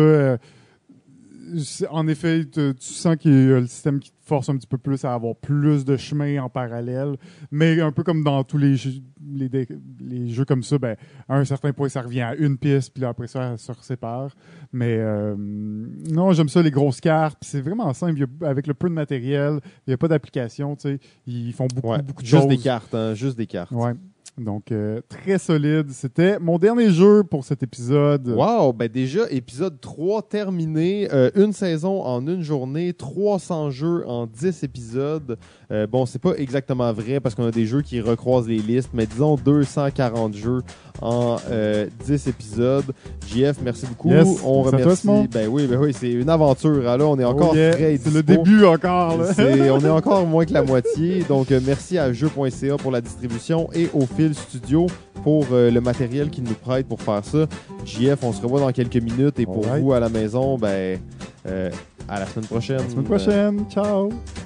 en effet, tu sens qu'il y a le système qui te force un petit peu plus à avoir plus de chemin en parallèle, mais un peu comme dans tous les jeux comme ça, ben, à un certain point, ça revient à une piste, puis là, après ça se sépare. Mais non, j'aime ça, les grosses cartes, puis c'est vraiment simple. Avec le peu de matériel, il n'y a pas d'application, tu sais, ils font beaucoup de choses. Juste des cartes, hein, juste des cartes. Ouais. Donc, très solide. C'était mon dernier jeu pour cet épisode. Wow! Ben déjà, épisode 3 terminé. Une saison en une journée, 300 jeux en 10 épisodes. Bon, c'est pas exactement vrai parce qu'on a des jeux qui recroisent les listes, mais disons 240 jeux en 10 épisodes. JF, merci beaucoup. Yes, on remercie. Toi, ben oui, c'est une aventure. Là, on est encore très c'est le début encore. Là. On est encore moins que la moitié. Donc, merci à jeux.ca pour la distribution et au Fil Studio pour le matériel qu'ils nous prêtent pour faire ça. JF, on se revoit dans quelques minutes et pour vous à la maison, ben, à la semaine prochaine. À la semaine prochaine. Ciao.